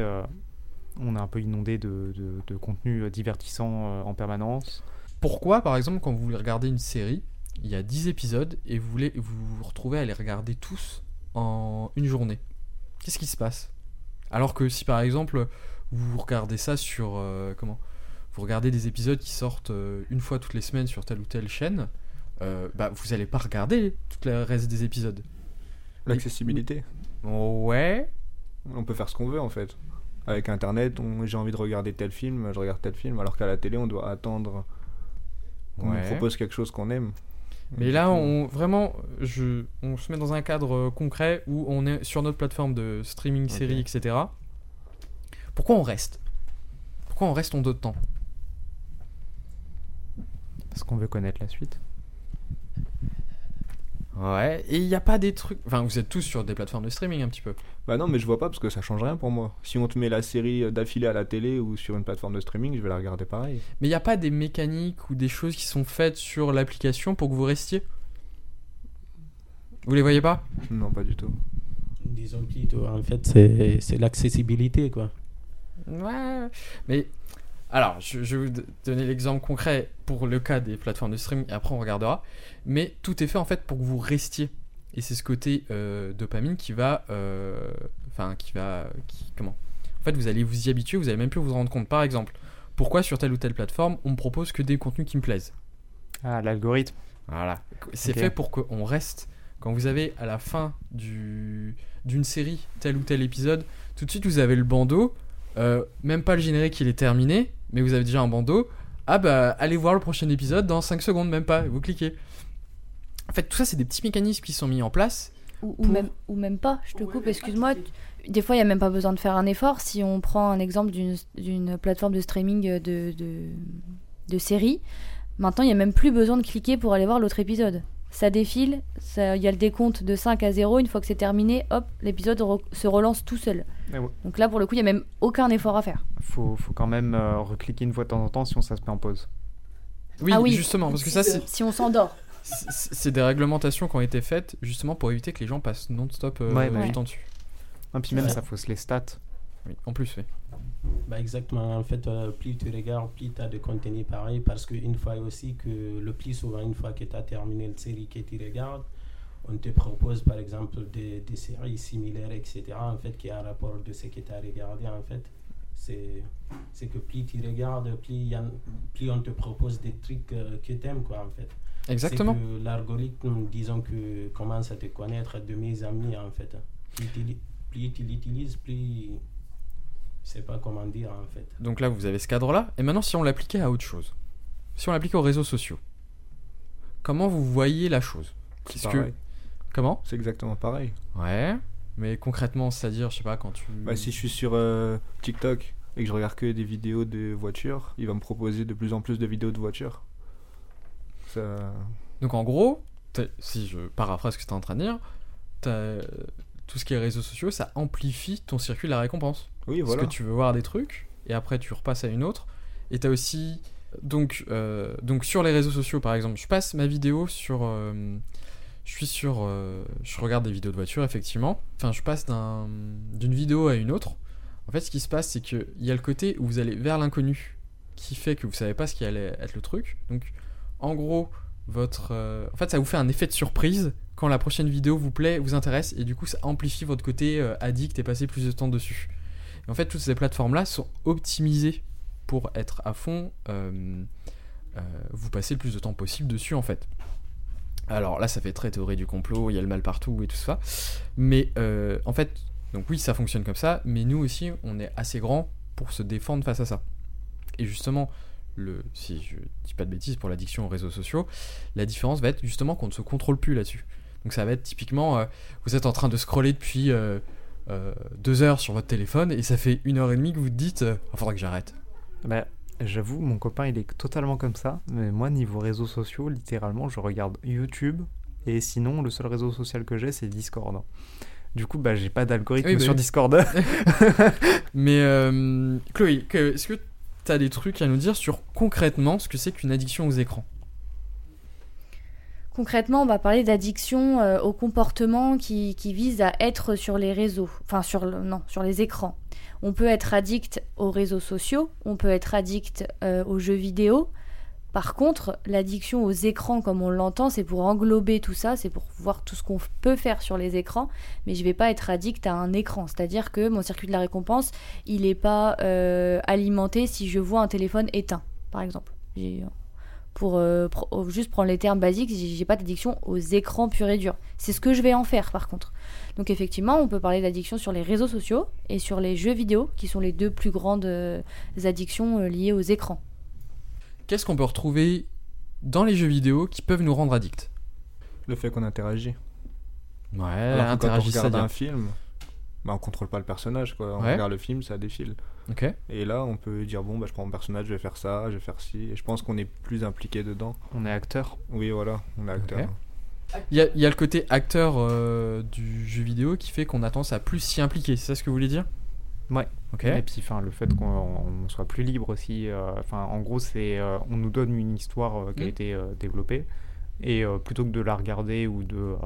de contenu divertissant en permanence. Pourquoi, par exemple, quand vous voulez regarder une série, il y a 10 épisodes et vous vous retrouvez à les regarder tous en une journée ? Qu'est-ce qui se passe ? Alors que si par exemple vous regardez ça sur vous regardez des épisodes qui sortent une fois toutes les semaines sur telle ou telle chaîne, vous allez pas regarder tout le reste des épisodes. L'accessibilité. Ouais. On peut faire ce qu'on veut en fait. Avec internet, j'ai envie de regarder tel film, je regarde tel film, alors qu'à la télé on doit attendre qu'on nous propose quelque chose qu'on aime. Mais là, on se met dans un cadre concret où on est sur notre plateforme de streaming, séries, etc. Pourquoi on reste ? Pourquoi on reste en d'autres temps ? Parce qu'on veut connaître la suite. Ouais, et il n'y a pas des trucs... Enfin, vous êtes tous sur des plateformes de streaming un petit peu. Bah non, mais je vois pas parce que ça change rien pour moi. Si on te met la série d'affilée à la télé ou sur une plateforme de streaming, je vais la regarder pareil. Mais il n'y a pas des mécaniques ou des choses qui sont faites sur l'application pour que vous restiez ? Vous les voyez pas ? Non, pas du tout. Disons plutôt, en fait, c'est l'accessibilité, quoi. Ouais, mais... Alors, je vais vous donner l'exemple concret pour le cas des plateformes de streaming, et après on regardera. Mais tout est fait en fait pour que vous restiez. Et c'est ce côté dopamine qui va... comment ? En fait, vous allez vous y habituer, vous allez même plus vous rendre compte. Par exemple, pourquoi sur telle ou telle plateforme, on me propose que des contenus qui me plaisent ? Ah, l'algorithme. Voilà. C'est fait pour qu'on reste. Quand vous avez à la fin d'une série, tel ou tel épisode, tout de suite vous avez le bandeau. Même pas le générique, il est terminé, mais vous avez déjà un bandeau ah bah allez voir le prochain épisode dans 5 secondes, même pas, vous cliquez. En fait, tout ça, c'est des petits mécanismes qui sont mis en place. Ou même pas, je te coupe, excuse-moi. Des fois, il n'y a même pas besoin de faire un effort. Si on prend un exemple d'une plateforme de streaming de séries, maintenant, il n'y a même plus besoin de cliquer pour aller voir l'autre épisode. Ça défile, il y a le décompte de 5 à 0. Une fois que c'est terminé, hop, l'épisode se relance tout seul. Ouais. Donc là, pour le coup, il n'y a même aucun effort à faire. Faut quand même recliquer une fois de temps en temps si ça se met en pause. Oui, Ah oui. justement, parce que ça, c'est... Si on s'endort. C'est des réglementations qui ont été faites justement pour éviter que les gens passent non-stop du temps dessus. Et puis même ça fausse les stats. Oui, en plus, oui. Bah exactement, en fait, plus tu regardes, plus tu as de contenu pareil, parce qu'une fois aussi que le plus souvent, une fois que tu as terminé la série que tu regardes, on te propose par exemple des séries similaires, etc., en fait, qui a un rapport de ce que tu as regardé, en fait. C'est que plus tu regardes, plus on te propose des trucs que tu aimes, quoi, en fait. Exactement. C'est que l'algorithme, disons que commence à te connaître de mes amis, en fait. Plus tu l'utilises, plus... Je sais pas comment dire, en fait. Donc là, vous avez ce cadre-là. Et maintenant, si on l'appliquait à autre chose, si on l'appliquait aux réseaux sociaux, comment vous voyez la chose? C'est pareil. Comment? C'est exactement pareil. Ouais, mais concrètement, c'est-à-dire, je sais pas, quand tu... Bah, si je suis sur TikTok et que je regarde que des vidéos de voitures, il va me proposer de plus en plus de vidéos de voitures. Ça... Donc en gros, si je paraphrase ce que tu es en train de dire, tout ce qui est réseaux sociaux, ça amplifie ton circuit de la récompense. Oui, voilà. Parce que tu veux voir des trucs, et après tu repasses à une autre. Et tu as aussi... Donc sur les réseaux sociaux, par exemple, je passe ma vidéo sur... je regarde des vidéos de voiture, effectivement. Enfin, je passe d'une vidéo à une autre. En fait, ce qui se passe, c'est qu'il y a le côté où vous allez vers l'inconnu, qui fait que vous savez pas ce qui allait être le truc. Donc, en gros, en fait, ça vous fait un effet de surprise quand la prochaine vidéo vous plaît, vous intéresse, et du coup, ça amplifie votre côté addict et passer plus de temps dessus. Et en fait, toutes ces plateformes-là sont optimisées pour être à fond, vous passez le plus de temps possible dessus, en fait. Alors là, ça fait très théorie du complot, il y a le mal partout et tout ça. Mais en fait, donc oui, ça fonctionne comme ça, mais nous aussi, on est assez grands pour se défendre face à ça. Et justement, si je dis pas de bêtises, pour l'addiction aux réseaux sociaux, la différence va être justement qu'on ne se contrôle plus là-dessus. Donc ça va être typiquement, vous êtes en train de scroller depuis 2 heures sur votre téléphone, et ça fait 1h30 que vous te dites, faudra que j'arrête. Bah, j'avoue, mon copain, il est totalement comme ça. Mais moi, niveau réseaux sociaux, littéralement, je regarde YouTube. Et sinon, le seul réseau social que j'ai, c'est Discord. Du coup, bah, j'ai pas d'algorithme sur Discord. Mais Chloé, est-ce que tu as des trucs à nous dire sur concrètement ce que c'est qu'une addiction aux écrans? Concrètement, on va parler d'addiction au comportement qui vise à être sur les réseaux. Enfin, sur les écrans. On peut être addict aux réseaux sociaux, on peut être addict aux jeux vidéo. Par contre, l'addiction aux écrans, comme on l'entend, c'est pour englober tout ça, c'est pour voir tout ce qu'on peut faire sur les écrans, mais je ne vais pas être addict à un écran. C'est-à-dire que mon circuit de la récompense, il n'est pas alimenté si je vois un téléphone éteint, par exemple. Pour juste prendre les termes basiques, j'ai pas d'addiction aux écrans purs et durs. C'est ce que je vais en faire, par contre. Donc effectivement, on peut parler d'addiction sur les réseaux sociaux et sur les jeux vidéo, qui sont les deux plus grandes addictions liées aux écrans. Qu'est-ce qu'on peut retrouver dans les jeux vidéo qui peuvent nous rendre addicts? Le fait qu'on interagit. Ouais, alors que quand on regarde un film, bah, on contrôle pas le personnage, quoi. On regarde le film, ça défile. Ok. Et là, on peut dire, bon, bah, je prends mon personnage, je vais faire ça, je vais faire ci. Et je pense qu'on est plus impliqué dedans. On est acteur. Oui, voilà, on est acteur. Okay. Il y a le côté acteur du jeu vidéo qui fait qu'on a tendance à plus s'y impliquer, c'est ça ce que vous voulez dire? Ouais. Ok. Et puis le fait qu'on soit plus libre aussi, en gros, c'est on nous donne une histoire qui a été développée, et plutôt que de la regarder ou de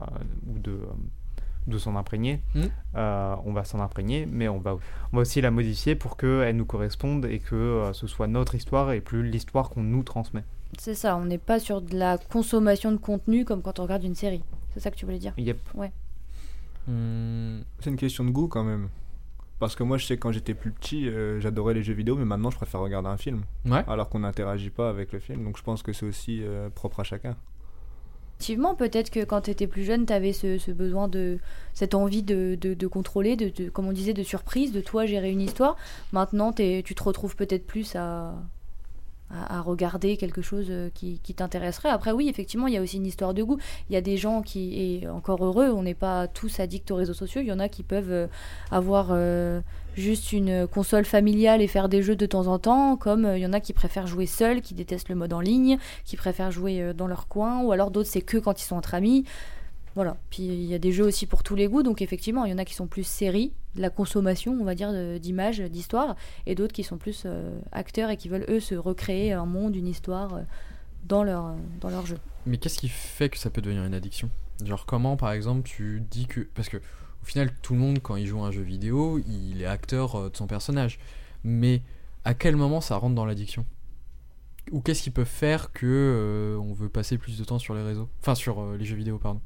s'en imprégner, on va s'en imprégner, mais on va aussi la modifier pour qu'elle nous corresponde et que ce soit notre histoire et plus l'histoire qu'on nous transmet. C'est ça, on n'est pas sur de la consommation de contenu comme quand on regarde une série. C'est ça que tu voulais dire? Yep. Ouais. C'est une question de goût quand même. Parce que moi, je sais que quand j'étais plus petit, j'adorais les jeux vidéo, mais maintenant, je préfère regarder un film. Ouais. Alors qu'on n'interagit pas avec le film. Donc je pense que c'est aussi propre à chacun. Effectivement, peut-être que quand tu étais plus jeune, tu avais ce besoin cette envie de contrôler, comme on disait, de surprise, de toi gérer une histoire. Maintenant, tu te retrouves peut-être plus à à regarder quelque chose qui t'intéresserait. Après, oui, effectivement, il y a aussi une histoire de goût. Il y a des gens qui, et encore heureux, on n'est pas tous addicts aux réseaux sociaux. Il y en a qui peuvent avoir juste une console familiale et faire des jeux de temps en temps, comme il y en a qui préfèrent jouer seuls, qui détestent le mode en ligne, qui préfèrent jouer dans leur coin, ou alors d'autres, c'est que quand ils sont entre amis. Voilà. Puis il y a des jeux aussi pour tous les goûts, donc effectivement, il y en a qui sont plus séries, de la consommation, on va dire, d'images, d'histoires, et d'autres qui sont plus acteurs et qui veulent, eux, se recréer un monde, une histoire dans leur jeu. Mais qu'est-ce qui fait que ça peut devenir une addiction ? Genre comment, par exemple, tu dis que... Parce que au final, tout le monde, quand il joue à un jeu vidéo, il est acteur de son personnage. Mais à quel moment ça rentre dans l'addiction ? Ou qu'est-ce qui peut faire que on veut passer plus de temps sur les réseaux ? Enfin, sur les jeux vidéo, pardon.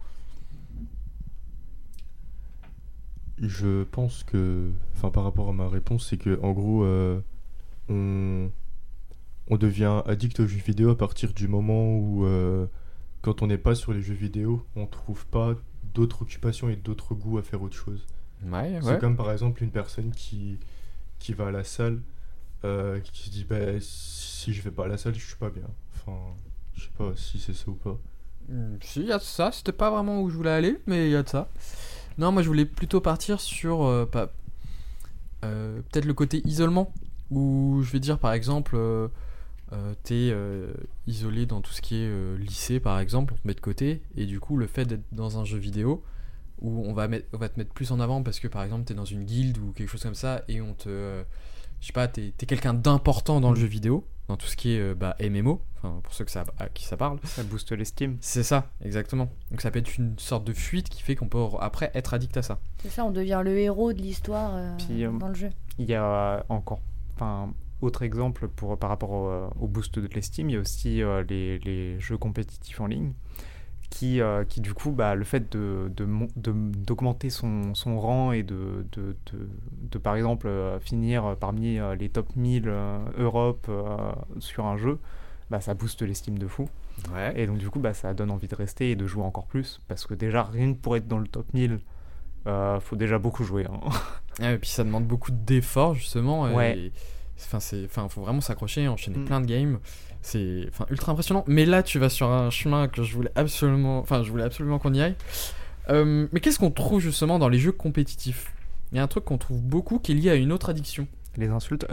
Je pense que, enfin par rapport à ma réponse, c'est que en gros, on devient addict aux jeux vidéo à partir du moment où, quand on n'est pas sur les jeux vidéo, on trouve pas d'autres occupations et d'autres goûts à faire autre chose. Ouais. C'est comme par exemple une personne qui va à la salle, qui se dit bah, si je vais pas à la salle, je suis pas bien. Enfin, je sais pas si c'est ça ou pas. Si, il y a de ça. C'était pas vraiment où je voulais aller, mais il y a de ça. Non, moi je voulais plutôt partir sur peut-être le côté isolement, où je vais dire par exemple t'es isolé dans tout ce qui est lycée par exemple, on te met de côté, et du coup le fait d'être dans un jeu vidéo où on va te mettre plus en avant parce que par exemple t'es dans une guilde ou quelque chose comme ça, et on te je sais pas, t'es quelqu'un d'important dans le jeu vidéo, dans tout ce qui est MMO, enfin pour ceux à qui ça parle. Ça booste l'estime. C'est ça, exactement. Donc ça peut être une sorte de fuite qui fait qu'on peut après être addict à ça. C'est ça, on devient le héros de l'histoire dans le jeu. Il y a encore, autre exemple par rapport au boost de l'estime, il y a aussi les jeux compétitifs en ligne qui du coup, le fait d'augmenter son rang et de par exemple finir parmi les top 1000 Europe sur un jeu, ça booste l'estime de fou. Ouais. Et donc du coup ça donne envie de rester et de jouer encore plus, parce que déjà rien que pour être dans le top 1000, faut déjà beaucoup jouer, hein. Et puis ça demande beaucoup d'efforts justement. Ouais. Faut vraiment s'accrocher, enchaîner plein de games. C'est ultra impressionnant. Mais là, tu vas sur un chemin que je voulais absolument qu'on y aille. Mais qu'est-ce qu'on trouve justement dans les jeux compétitifs ? Il y a un truc qu'on trouve beaucoup qui est lié à une autre addiction. Les insultes.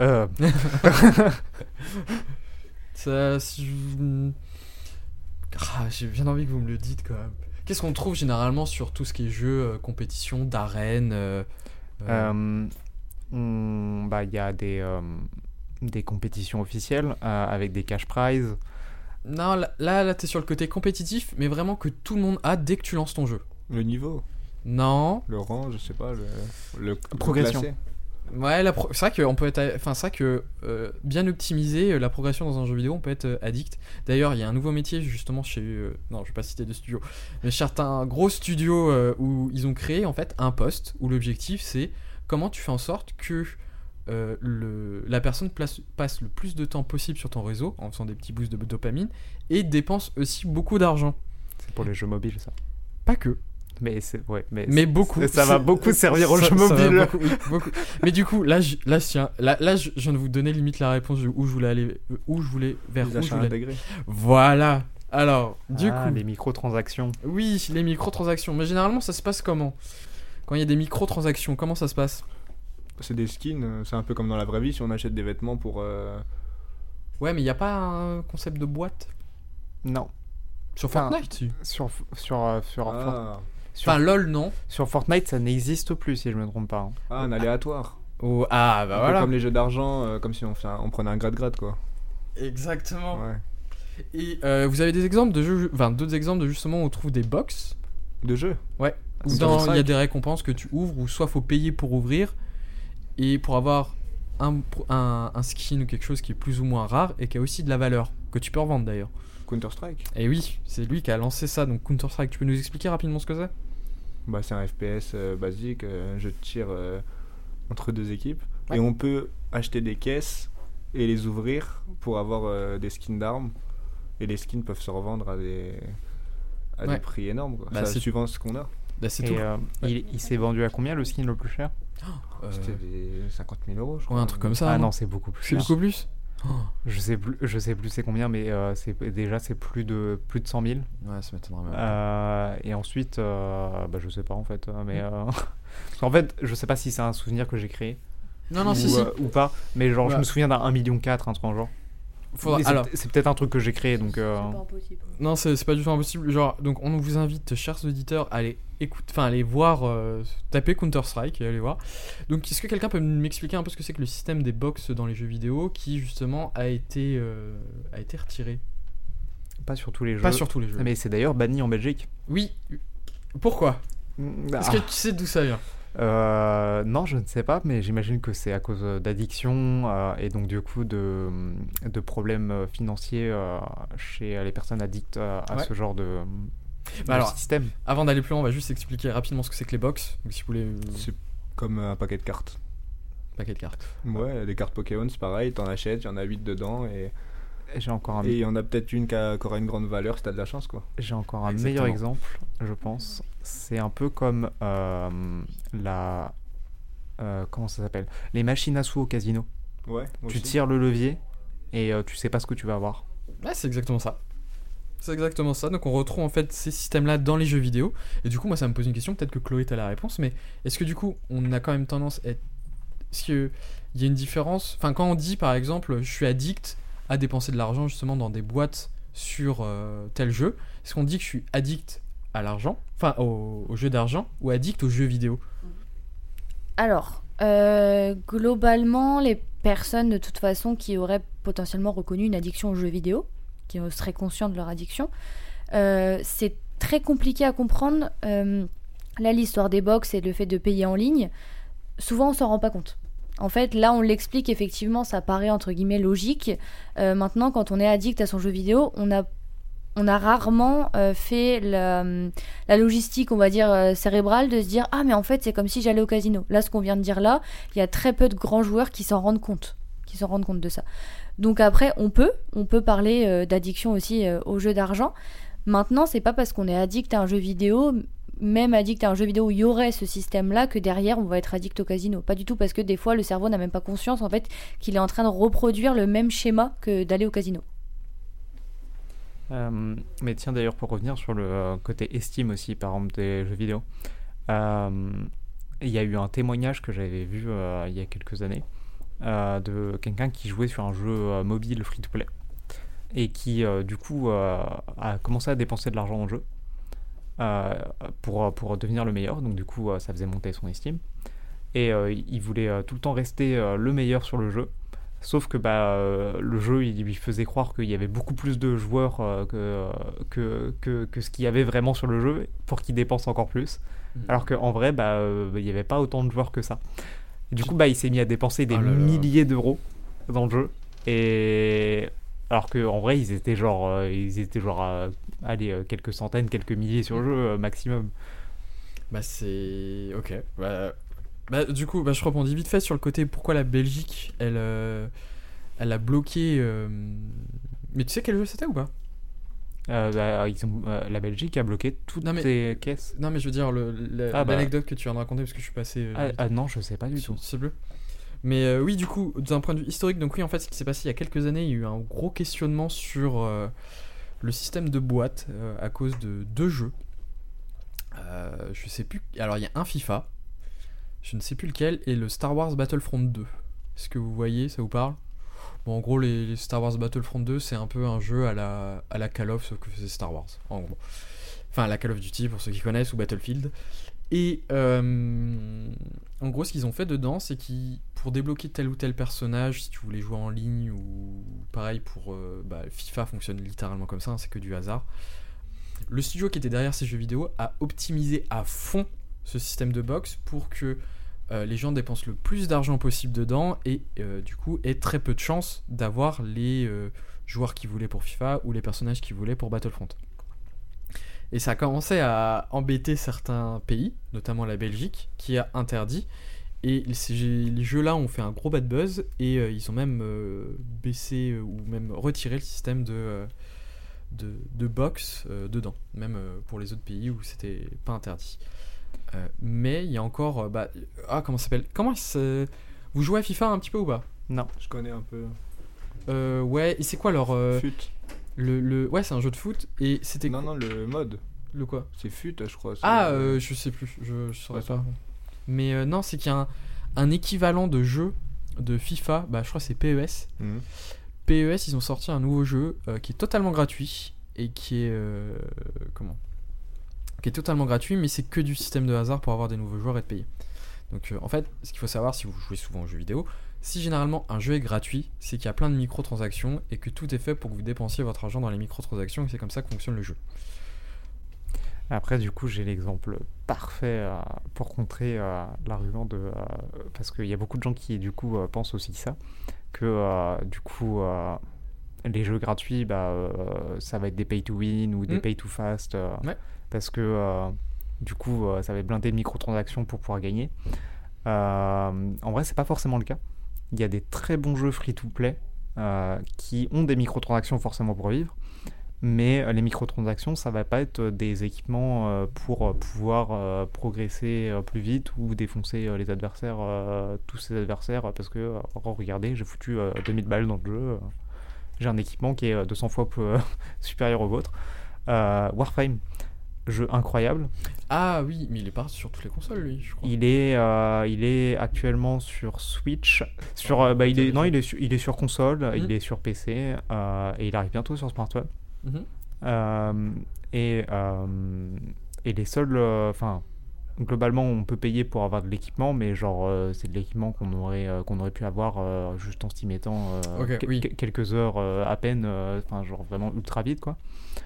J'ai bien envie que vous me le dites quand même. Qu'est-ce qu'on trouve généralement sur tout ce qui est jeux, compétition, d'arène il y a des compétitions officielles avec des cash prizes. Non, là t'es sur le côté compétitif, mais vraiment que tout le monde a dès que tu lances ton jeu. Le niveau, Non. le rang, je sais pas, le Progression. classé. Ouais, c'est vrai qu'on peut être, c'est vrai que bien optimiser la progression dans un jeu vidéo, on peut être addict. D'ailleurs, il y a un nouveau métier justement chez, non, je vais pas citer de studio, mais certains gros studios où ils ont créé en fait un poste où l'objectif c'est comment tu fais en sorte que la personne passe le plus de temps possible sur ton réseau en faisant des petits boosts de dopamine et dépense aussi beaucoup d'argent. C'est pour les jeux mobiles, ça. Pas que. Mais beaucoup. Ça va beaucoup servir aux jeux ça va mobiles. beaucoup. Mais du coup, là, je viens de vous donner limite la réponse de où je voulais aller, vers Les où je achats voulais. intégrés. Voilà. Alors, du coup, les microtransactions. oui, les microtransactions. Mais généralement, ça se passe comment ? Quand il y a des microtransactions, comment ça se passe ? C'est des skins, c'est un peu comme dans la vraie vie si on achète des vêtements pour. Ouais, mais il n'y a pas un concept de boîte Non. sur Enfin, Fortnite si. Enfin, LOL, non. Sur Fortnite, ça n'existe plus, si je me trompe pas. Un aléatoire. Oh, ah, Un bah peu voilà. comme les jeux d'argent, comme si on prenait un grade quoi. Exactement. Ouais. Et vous avez des exemples de jeux, d'autres exemples de justement où on trouve des box De jeux. Ouais. Où Counter-Strike. il y a des récompenses que tu ouvres, ou soit faut payer pour ouvrir, et pour avoir un skin ou quelque chose qui est plus ou moins rare et qui a aussi de la valeur, que tu peux revendre d'ailleurs. Counter-Strike. Et oui, c'est lui qui a lancé ça, donc Counter-Strike. Tu peux nous expliquer rapidement ce que c'est ? C'est un FPS basique, un jeu de tir entre deux équipes. Ouais. Et on peut acheter des caisses et les ouvrir pour avoir des skins d'armes. Et les skins peuvent se revendre à des prix énormes, quoi. Bah, Ça, c'est- suivant ce qu'on a. Bah, c'est Et tout. il s'est vendu à combien, le skin le plus cher ? C'était des 50 000 euros, je crois. Ouais, un truc comme ça. Ah non non, c'est beaucoup plus C'est cher. beaucoup plus. Je sais plus c'est combien, mais c'est plus de 100 000. Ouais, ça m'étonnerait même. Et ensuite, je sais pas en fait, mais parce qu'en fait, je sais pas si c'est un souvenir que j'ai créé Non, ou pas, mais genre je Ouais. me souviens d'un 1,4 million, un truc dans le genre. Faudra- Mais alors, c'est peut-être un truc que j'ai créé, donc C'est pas impossible. non, c'est pas du tout impossible. Genre, donc on vous invite, chers auditeurs, à aller aller voir, taper Counter-Strike et aller voir. Donc, est-ce que quelqu'un peut m'expliquer un peu ce que c'est que le système des box dans les jeux vidéo qui justement a été retiré? pas sur tous les jeux. Pas sur tous les jeux. Mais c'est d'ailleurs banni en Belgique. Oui. Pourquoi? Est-ce que tu sais d'où ça vient? Non, je ne sais pas, mais j'imagine que c'est à cause d'addiction et donc du coup de problèmes financiers chez les personnes addictes à Ouais. ce genre de Alors, système. avant d'aller plus loin, on va juste expliquer rapidement ce que c'est que les box. Donc, si vous voulez, C'est comme un paquet de cartes. paquet de cartes. Ouais, les cartes Pokémon, c'est pareil, t'en achètes, il y en a 8 dedans, et J'ai encore un, il y en a peut-être une qui aura une grande valeur si t'as de la chance, quoi. j'ai encore un Exactement. meilleur exemple, je pense. C'est un peu comme comment ça s'appelle? Les machines à sous au casino. Ouais, moi Tu aussi. tires le levier et tu sais pas ce que tu vas avoir. Ouais, c'est exactement ça. C'est exactement ça. Donc on retrouve en fait ces systèmes-là dans les jeux vidéo. Et du coup, moi, ça me pose une question. Peut-être que Chloé t'a la réponse, mais est-ce que du coup, on a quand même tendance à être... Est-ce qu'il y a une différence? Enfin, quand on dit par exemple, je suis addict à dépenser de l'argent justement dans des boîtes sur tel jeu, est-ce qu'on dit que je suis addict à l'argent, enfin au jeu d'argent, ou addict aux jeux vidéo? Alors, globalement, les personnes de toute façon qui auraient potentiellement reconnu une addiction aux jeux vidéo, qui seraient conscients de leur addiction, c'est très compliqué à comprendre. Là, l'histoire des box et le fait de payer en ligne, souvent on s'en rend pas compte. En fait, là, on l'explique, effectivement, ça paraît entre guillemets logique. Maintenant, quand on est addict à son jeu vidéo, on a rarement fait la logistique, on va dire, cérébrale de se dire « Ah, mais en fait, c'est comme si j'allais au casino. » Là, ce qu'on vient de dire là, il y a très peu de grands joueurs qui s'en rendent compte de ça. Donc après, on peut parler d'addiction aussi aux jeux d'argent. Maintenant, c'est pas parce qu'on est addict à un jeu vidéo, même addict à un jeu vidéo où il y aurait ce système-là, que derrière, on va être addict au casino. Pas du tout, parce que des fois, le cerveau n'a même pas conscience, en fait, qu'il est en train de reproduire le même schéma que d'aller au casino. Mais tiens, d'ailleurs, pour revenir sur le côté estime aussi, par exemple, des jeux vidéo, il y a eu un témoignage que j'avais vu il y a quelques années de quelqu'un qui jouait sur un jeu mobile free-to-play et qui, du coup, a commencé à dépenser de l'argent en jeu pour devenir le meilleur. Donc, du coup, ça faisait monter son estime. Et il voulait tout le temps rester le meilleur sur le jeu. Sauf que le jeu, il lui faisait croire qu'il y avait beaucoup plus de joueurs que ce qu'il y avait vraiment sur le jeu pour qu'il dépense encore plus. Alors qu'en vrai, il n'y avait pas autant de joueurs que ça. Et du coup, il s'est mis à dépenser des milliers d'euros dans le jeu. Et alors qu'en vrai, ils étaient genre allez, quelques centaines, quelques milliers sur le jeu maximum. Bah c'est... Ok. Du coup, je rebondis vite fait sur le côté pourquoi la Belgique, elle a bloqué... Mais tu sais quel jeu c'était ou pas? La Belgique a bloqué toutes ses caisses. Non mais je veux dire l'anecdote que tu viens de raconter parce que je suis passé... non, je sais pas du tout. Je sais plus. Mais oui, du coup, d'un point de vue historique, donc oui, en fait, ce qui s'est passé il y a quelques années, il y a eu un gros questionnement sur le système de boîte à cause de 2 jeux. Je sais plus... Alors, il y a un FIFA, je ne sais plus lequel, et le Star Wars Battlefront 2. Est-ce que vous voyez, ça vous parle? Bon, en gros, les Star Wars Battlefront 2, c'est un peu un jeu à la Call of, sauf que c'est Star Wars, en gros. Enfin, à la Call of Duty, pour ceux qui connaissent, ou Battlefield. Et en gros, ce qu'ils ont fait dedans, c'est qu'ils, pour débloquer tel ou tel personnage, si tu voulais jouer en ligne, ou pareil pour FIFA fonctionne littéralement comme ça, hein, c'est que du hasard. Le studio qui était derrière ces jeux vidéo a optimisé à fond ce système de box pour que les gens dépensent le plus d'argent possible dedans et du coup aient très peu de chances d'avoir les joueurs qu'ils voulaient pour FIFA ou les personnages qu'ils voulaient pour Battlefront. Et ça a commencé à embêter certains pays, notamment la Belgique, qui a interdit. Et les jeux-là ont fait un gros bad buzz et ils ont même baissé ou même retiré le système de box dedans, même pour les autres pays où c'était pas interdit. Mais il y a encore... comment ça s'appelle? Vous jouez à FIFA un petit peu ou pas? Non. Je connais un peu. Ouais, et c'est quoi leur... Fut. Ouais, c'est un jeu de foot, et c'était... Non, le mode. Le quoi? C'est Fut, je crois. Je sais plus, je saurais pas. Mais non, c'est qu'il y a un équivalent de jeu de FIFA, je crois que c'est PES. Mhm. PES, ils ont sorti un nouveau jeu qui est totalement gratuit, et qui est... qui est totalement gratuit, mais c'est que du système de hasard pour avoir des nouveaux joueurs et de payer. Donc en fait, ce qu'il faut savoir si vous jouez souvent aux jeux vidéo, si généralement un jeu est gratuit, c'est qu'il y a plein de microtransactions et que tout est fait pour que vous dépensiez votre argent dans les microtransactions, et c'est comme ça que fonctionne le jeu. Après, du coup, j'ai l'exemple parfait pour contrer l'argument de... parce qu'il y a beaucoup de gens qui, du coup, pensent aussi ça, que, du coup, les jeux gratuits, ça va être des pay-to-win ou des pay-to-fast, Ouais. parce que, du coup, ça va être blindé de microtransactions pour pouvoir gagner. En vrai, c'est pas forcément le cas. Il y a des très bons jeux free-to-play qui ont des microtransactions forcément pour vivre. Mais les microtransactions, ça va pas être des équipements pour pouvoir progresser plus vite ou défoncer les adversaires, tous ces adversaires, parce que, regardez, j'ai foutu 2000 balles dans le jeu, j'ai un équipement qui est 200 fois plus supérieur au vôtre. Warframe, jeu incroyable. Ah oui, mais il est pas sur toutes les consoles, lui, je crois. Il est actuellement sur Switch. Il est sur console, il est sur PC, et il arrive bientôt sur smartphone. Et les seuls, globalement on peut payer pour avoir de l'équipement, mais c'est de l'équipement qu'on aurait pu avoir juste en s'y mettant quelques heures à peine, vraiment ultra vite quoi.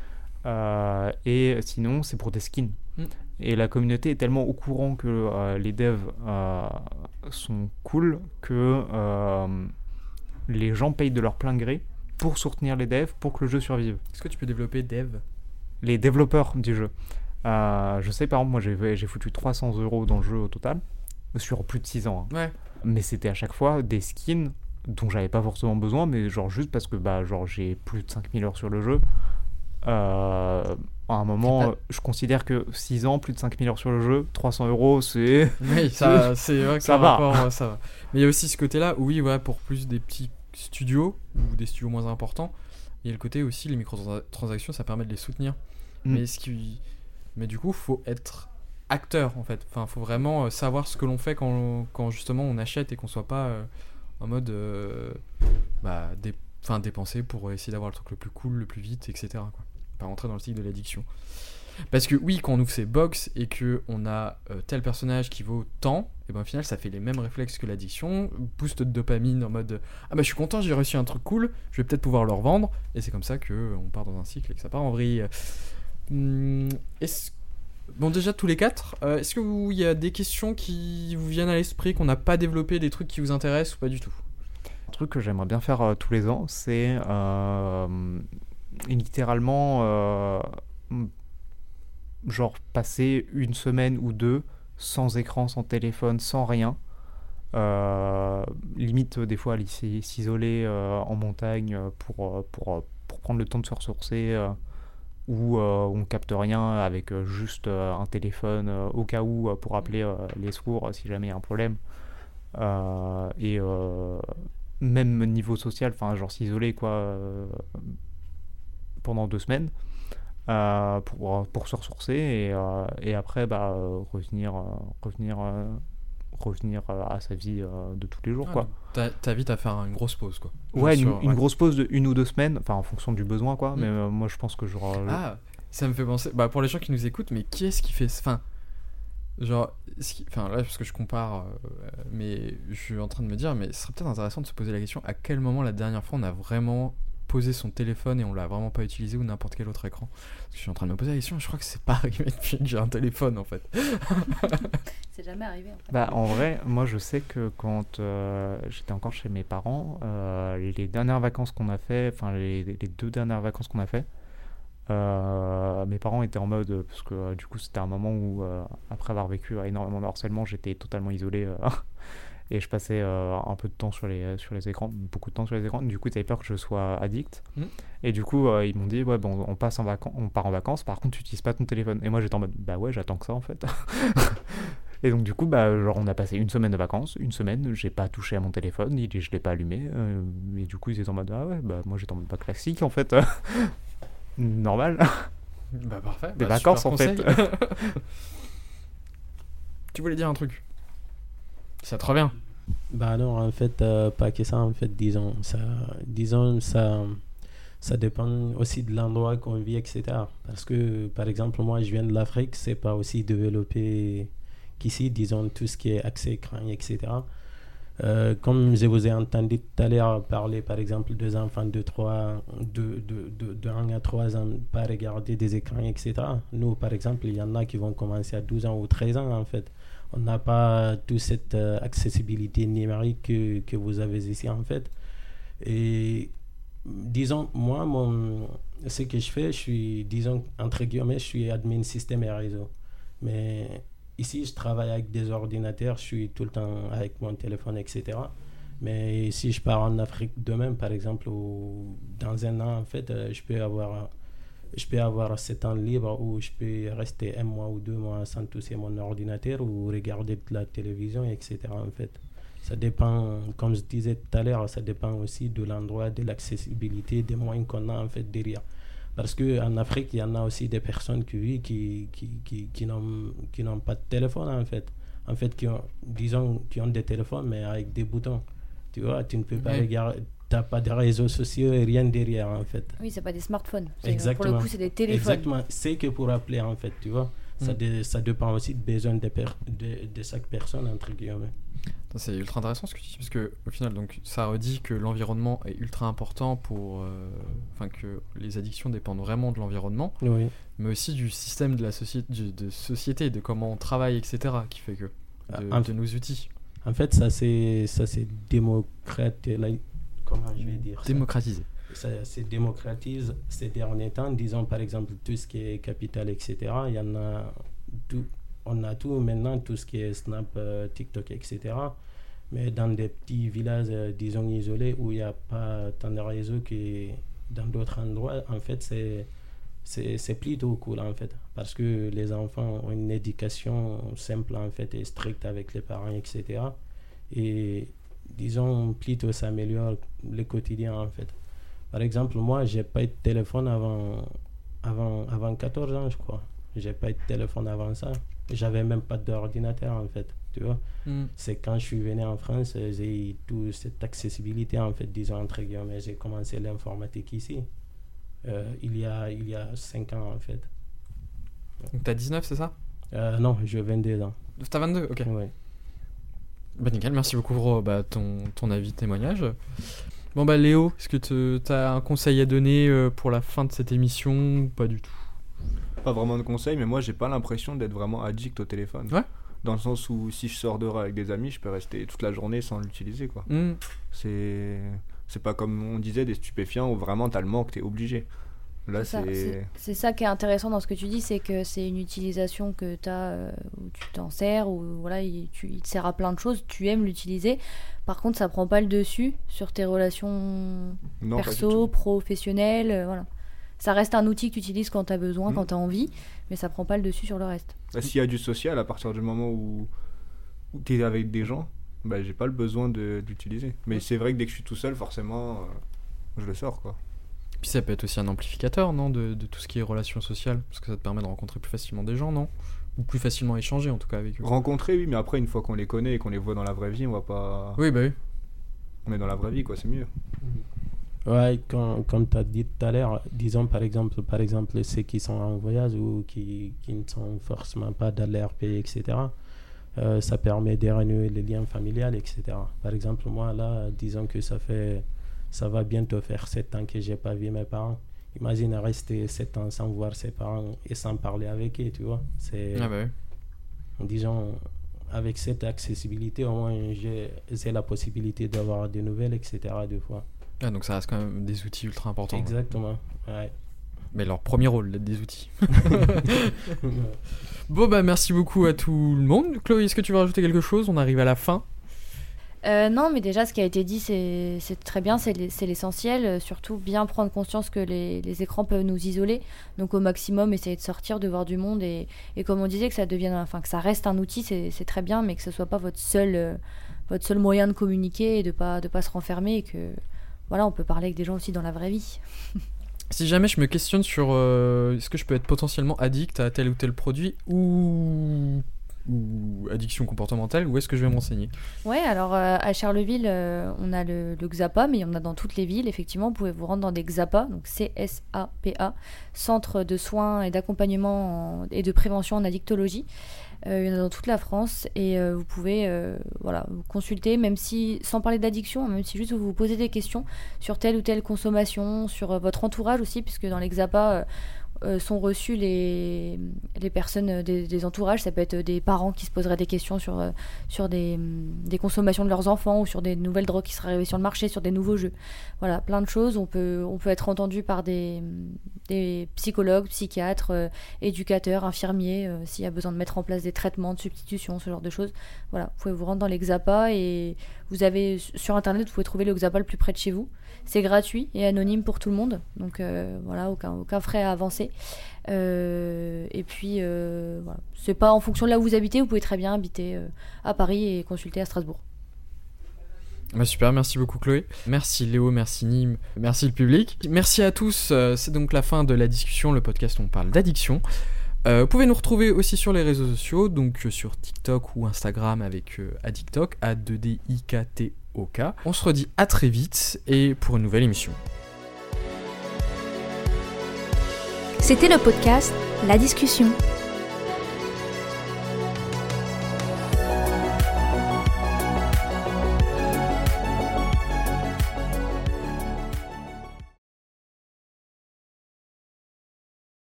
Et sinon c'est pour des skins. Et la communauté est tellement au courant que les devs sont cool que les gens payent de leur plein gré pour soutenir les devs, pour que le jeu survive. Est-ce que tu peux développer dev? Les développeurs du jeu. Je sais, par exemple, moi j'ai foutu 300 € dans le jeu au total, sur plus de 6 ans. Ouais. Mais c'était à chaque fois des skins dont j'avais pas forcément besoin, mais juste parce que j'ai plus de 5000 heures sur le jeu. À un moment, je considère que 6 ans, plus de 5000 heures sur le jeu, 300 €, c'est... Oui, ça, c'est vrai que ça va. Rapport, ça va. Mais il y a aussi ce côté-là où, oui, ouais, pour plus des petits studios ou des studios moins importants, il y a le côté aussi, les microtransactions, ça permet de les soutenir. Mais du coup, faut être acteur, en fait. Enfin, faut vraiment savoir ce que l'on fait quand justement on achète et qu'on soit pas en mode dépenser pour essayer d'avoir le truc le plus cool, le plus vite, etc. quoi. Pas rentrer dans le cycle de l'addiction. Parce que oui, quand on ouvre ses box et qu'on a tel personnage qui vaut tant, et au final ça fait les mêmes réflexes que l'addiction, boost de dopamine en mode je suis content, j'ai réussi un truc cool, je vais peut-être pouvoir le revendre, et c'est comme ça qu'on part dans un cycle et que ça part en vrille. Bon, déjà tous les quatre, est-ce qu'il y a des questions qui vous viennent à l'esprit, qu'on n'a pas développé, des trucs qui vous intéressent ou pas du tout? Un truc que j'aimerais bien faire tous les ans, c'est littéralement passer une semaine ou deux sans écran, sans téléphone, sans rien. Limite des fois aller s'isoler en montagne pour prendre le temps de se ressourcer, où on capte rien avec juste un téléphone au cas où pour appeler les secours si jamais il y a un problème. Et même niveau social, s'isoler pendant 2 semaines pour se ressourcer et après revenir à sa vie de tous les jours quoi. T'invites à faire une grosse pause quoi. Ouais, une grosse pause de 1 ou 2 semaines, en fonction du besoin quoi. Mais moi je pense que ça me fait penser, pour les gens qui nous écoutent, mais qui est-ce qui fait là parce que je compare mais je suis en train de me dire, mais ce serait peut-être intéressant de se poser la question à quel moment la dernière fois on a vraiment posé son téléphone et on l'a vraiment pas utilisé, ou n'importe quel autre écran. Parce que je suis en train de me poser la question et je crois que c'est pas arrivé depuis que j'ai un téléphone en fait. C'est jamais arrivé en fait. En vrai, moi je sais que quand j'étais encore chez mes parents, les dernières vacances qu'on a fait, les 2 dernières vacances qu'on a fait, mes parents étaient en mode, parce que du coup c'était un moment où après avoir vécu énormément de harcèlement, j'étais totalement isolé et je passais un peu de temps sur les écrans, beaucoup de temps sur les écrans. Du coup, ils avaient peur que je sois addict. Et du coup, ils m'ont dit, ouais, bon, on part en vacances. Par contre, tu n'utilises pas ton téléphone. Et moi, j'étais en mode, ouais, j'attends que ça, en fait. Et donc du coup, genre, on a passé une semaine de vacances, une semaine, j'ai pas touché à mon téléphone, je l'ai pas allumé, et du coup ils étaient en mode, ah ouais, moi j'étais en mode pas classique en fait, normal, Bah parfait. des Bah, vacances super en fait. conseil. Tu voulais dire un truc? Ça te revient. Bah non, en fait, pas que ça, en fait, disons, ça dépend aussi de l'endroit qu'on vit, etc. Parce que, par exemple, moi, je viens de l'Afrique, c'est pas aussi développé qu'ici, disons, tout ce qui est accès écran, etc. Comme je vous ai entendu tout à l'heure parler, par exemple, des enfants de 1 à 3 ans, pas regarder des écrans, etc. Nous, par exemple, il y en a qui vont commencer à 12 ans ou 13 ans, en fait. On n'a pas toute cette accessibilité numérique que vous avez ici, en fait. Et disons, moi, ce que je fais, je suis, disons, entre guillemets, je suis admin système et réseau. Mais ici, je travaille avec des ordinateurs, je suis tout le temps avec mon téléphone, etc. Mais si je pars en Afrique demain, par exemple, ou dans un an, en fait, je peux avoir 7 ans libre où je peux rester 1 mois ou 2 mois sans toucher mon ordinateur ou regarder de la télévision, etc. En fait, ça dépend, comme je disais tout à l'heure, ça dépend aussi de l'endroit, de l'accessibilité, des moyens qu'on a en fait derrière. Parce qu'en Afrique, il y en a aussi des personnes qui n'ont pas de téléphone en fait. En fait, qui ont des téléphones mais avec des boutons. Tu vois, tu ne peux pas regarder. T'as pas de réseaux sociaux et rien derrière en fait. Oui, c'est pas des smartphones. Exactement. Pour le coup, c'est des téléphones. Exactement. C'est que pour appeler en fait, tu vois. Ça dépend aussi de besoin de chaque personne, entre guillemets. C'est ultra intéressant ce que tu dis, parce que au final, donc, ça redit que l'environnement est ultra important pour. Que les addictions dépendent vraiment de l'environnement, Oui. mais aussi du système de la société, de comment on travaille, etc., qui fait que. De nos outils. En fait, ça c'est démocratisé. Comment je vais dire ça? Démocratisé. Ça se démocratise ces derniers temps. Disons par exemple tout ce qui est capital, etc. Il y en a tout. On a tout maintenant, tout ce qui est Snap, TikTok, etc. Mais dans des petits villages, disons isolés, où il n'y a pas tant de réseaux que dans d'autres endroits, en fait, c'est plutôt cool, en fait. Parce que les enfants ont une éducation simple, en fait, et stricte avec les parents, etc. Et disons, plutôt s'améliore le quotidien, en fait. Par exemple, moi, j'ai pas eu de téléphone avant 14 ans, je crois. J'ai pas eu de téléphone avant ça. J'avais même pas d'ordinateur, en fait, tu vois. C'est quand je suis venu en France, j'ai eu toute cette accessibilité, en fait, disons, entre guillemets. J'ai commencé l'informatique ici, il y a 5 ans, en fait. Donc t'as 19, c'est ça? Non, j'ai 22 ans. T'as 22, ok. Oui. Bah nickel, merci beaucoup pour ton avis, témoignage. Bon bah Léo, est-ce que t'as un conseil à donner pour la fin de cette émission ou pas du tout? Pas vraiment de conseils, mais moi j'ai pas l'impression d'être vraiment addict au téléphone. Ouais. Dans le sens où si je sors dehors avec des amis, je peux rester toute la journée sans l'utiliser, quoi. C'est pas comme on disait des stupéfiants où vraiment t'as le manque, t'es obligé. Là c'est ça qui est intéressant dans ce que tu dis, c'est que c'est une utilisation que t'as où tu t'en sers, où voilà, il te sert à plein de choses, tu aimes l'utiliser. Par contre, ça prend pas le dessus sur tes relations perso, professionnelles, voilà. Ça reste un outil que tu utilises quand tu as besoin, quand tu as envie, mais ça prend pas le dessus sur le reste. S'il y a du social, à partir du moment où tu es avec des gens, j'ai pas le besoin d'utiliser. Mais c'est vrai que dès que je suis tout seul, forcément, je le sors, quoi. Puis ça peut être aussi un amplificateur, non, de tout ce qui est relations sociales, parce que ça te permet de rencontrer plus facilement des gens, non? Ou plus facilement échanger, en tout cas, avec eux. Rencontrer, oui, mais après, une fois qu'on les connaît et qu'on les voit dans la vraie vie, on va pas... Oui, bah oui. On est dans la vraie vie, quoi, c'est mieux. Ouais, comme tu as dit tout à l'heure, disons par exemple ceux qui sont en voyage ou qui ne sont forcément pas dans leur pays, etc. Ça permet de renouer les liens familiaux, etc. Par exemple, moi, là, disons que ça va bientôt faire 7 ans que je n'ai pas vu mes parents. Imagine rester 7 ans sans voir ses parents et sans parler avec eux, tu vois. Ah bah oui. Disons, avec cette accessibilité, au moins, j'ai la possibilité d'avoir des nouvelles, etc. des fois. Ah, donc ça reste quand même des outils ultra importants. Exactement, ouais. Mais leur premier rôle, d'être des outils. Bon, bah merci beaucoup à tout le monde. Chloé, est-ce que tu veux rajouter quelque chose? On arrive à la fin. Non, mais déjà, ce qui a été dit, c'est très bien, c'est l'essentiel. Surtout, bien prendre conscience que les écrans peuvent nous isoler. Donc, au maximum, essayer de sortir, de voir du monde. Et comme on disait, que ça reste un outil, c'est très bien, mais que ce soit pas votre seul moyen de communiquer et de pas se renfermer. Et que, voilà, on peut parler avec des gens aussi dans la vraie vie. Si jamais je me questionne sur est-ce que je peux être potentiellement addict à tel ou tel produit ou addiction comportementale, où est-ce que je vais m'enseigner ? Ouais, alors à Charleville, on a le XAPA, mais il y en a dans toutes les villes. Effectivement, vous pouvez vous rendre dans des XAPA, donc CSAPA, Centre de soins et d'accompagnement et de prévention en addictologie. Il y en a dans toute la France et vous pouvez vous consulter, même si, sans parler d'addiction, même si juste vous vous posez des questions sur telle ou telle consommation, sur votre entourage aussi, puisque dans les XAPA sont reçues les personnes des entourages. Ça peut être des parents qui se poseraient des questions sur des consommations de leurs enfants ou sur des nouvelles drogues qui seraient arrivées sur le marché, sur des nouveaux jeux. Voilà, plein de choses. On peut être entendu par des psychologues, psychiatres, éducateurs, infirmiers, s'il y a besoin de mettre en place des traitements de substitution, ce genre de choses. Voilà, vous pouvez vous rendre dans les XAPA et vous avez sur internet, vous pouvez trouver le XAPA le plus près de chez vous. C'est gratuit et anonyme pour tout le monde, donc voilà, aucun frais à avancer. Et puis voilà, c'est pas en fonction de là où vous habitez, vous pouvez très bien habiter à Paris et consulter à Strasbourg. Bah super, merci beaucoup Chloé. Merci Léo, merci Nîmes, merci le public. Merci à tous, c'est donc la fin de la discussion, le podcast où on parle d'addiction. Vous pouvez nous retrouver aussi sur les réseaux sociaux, donc sur TikTok ou Instagram avec Addictok, A2DIKTOK. On se redit à très vite et pour une nouvelle émission. C'était le podcast La Discussion.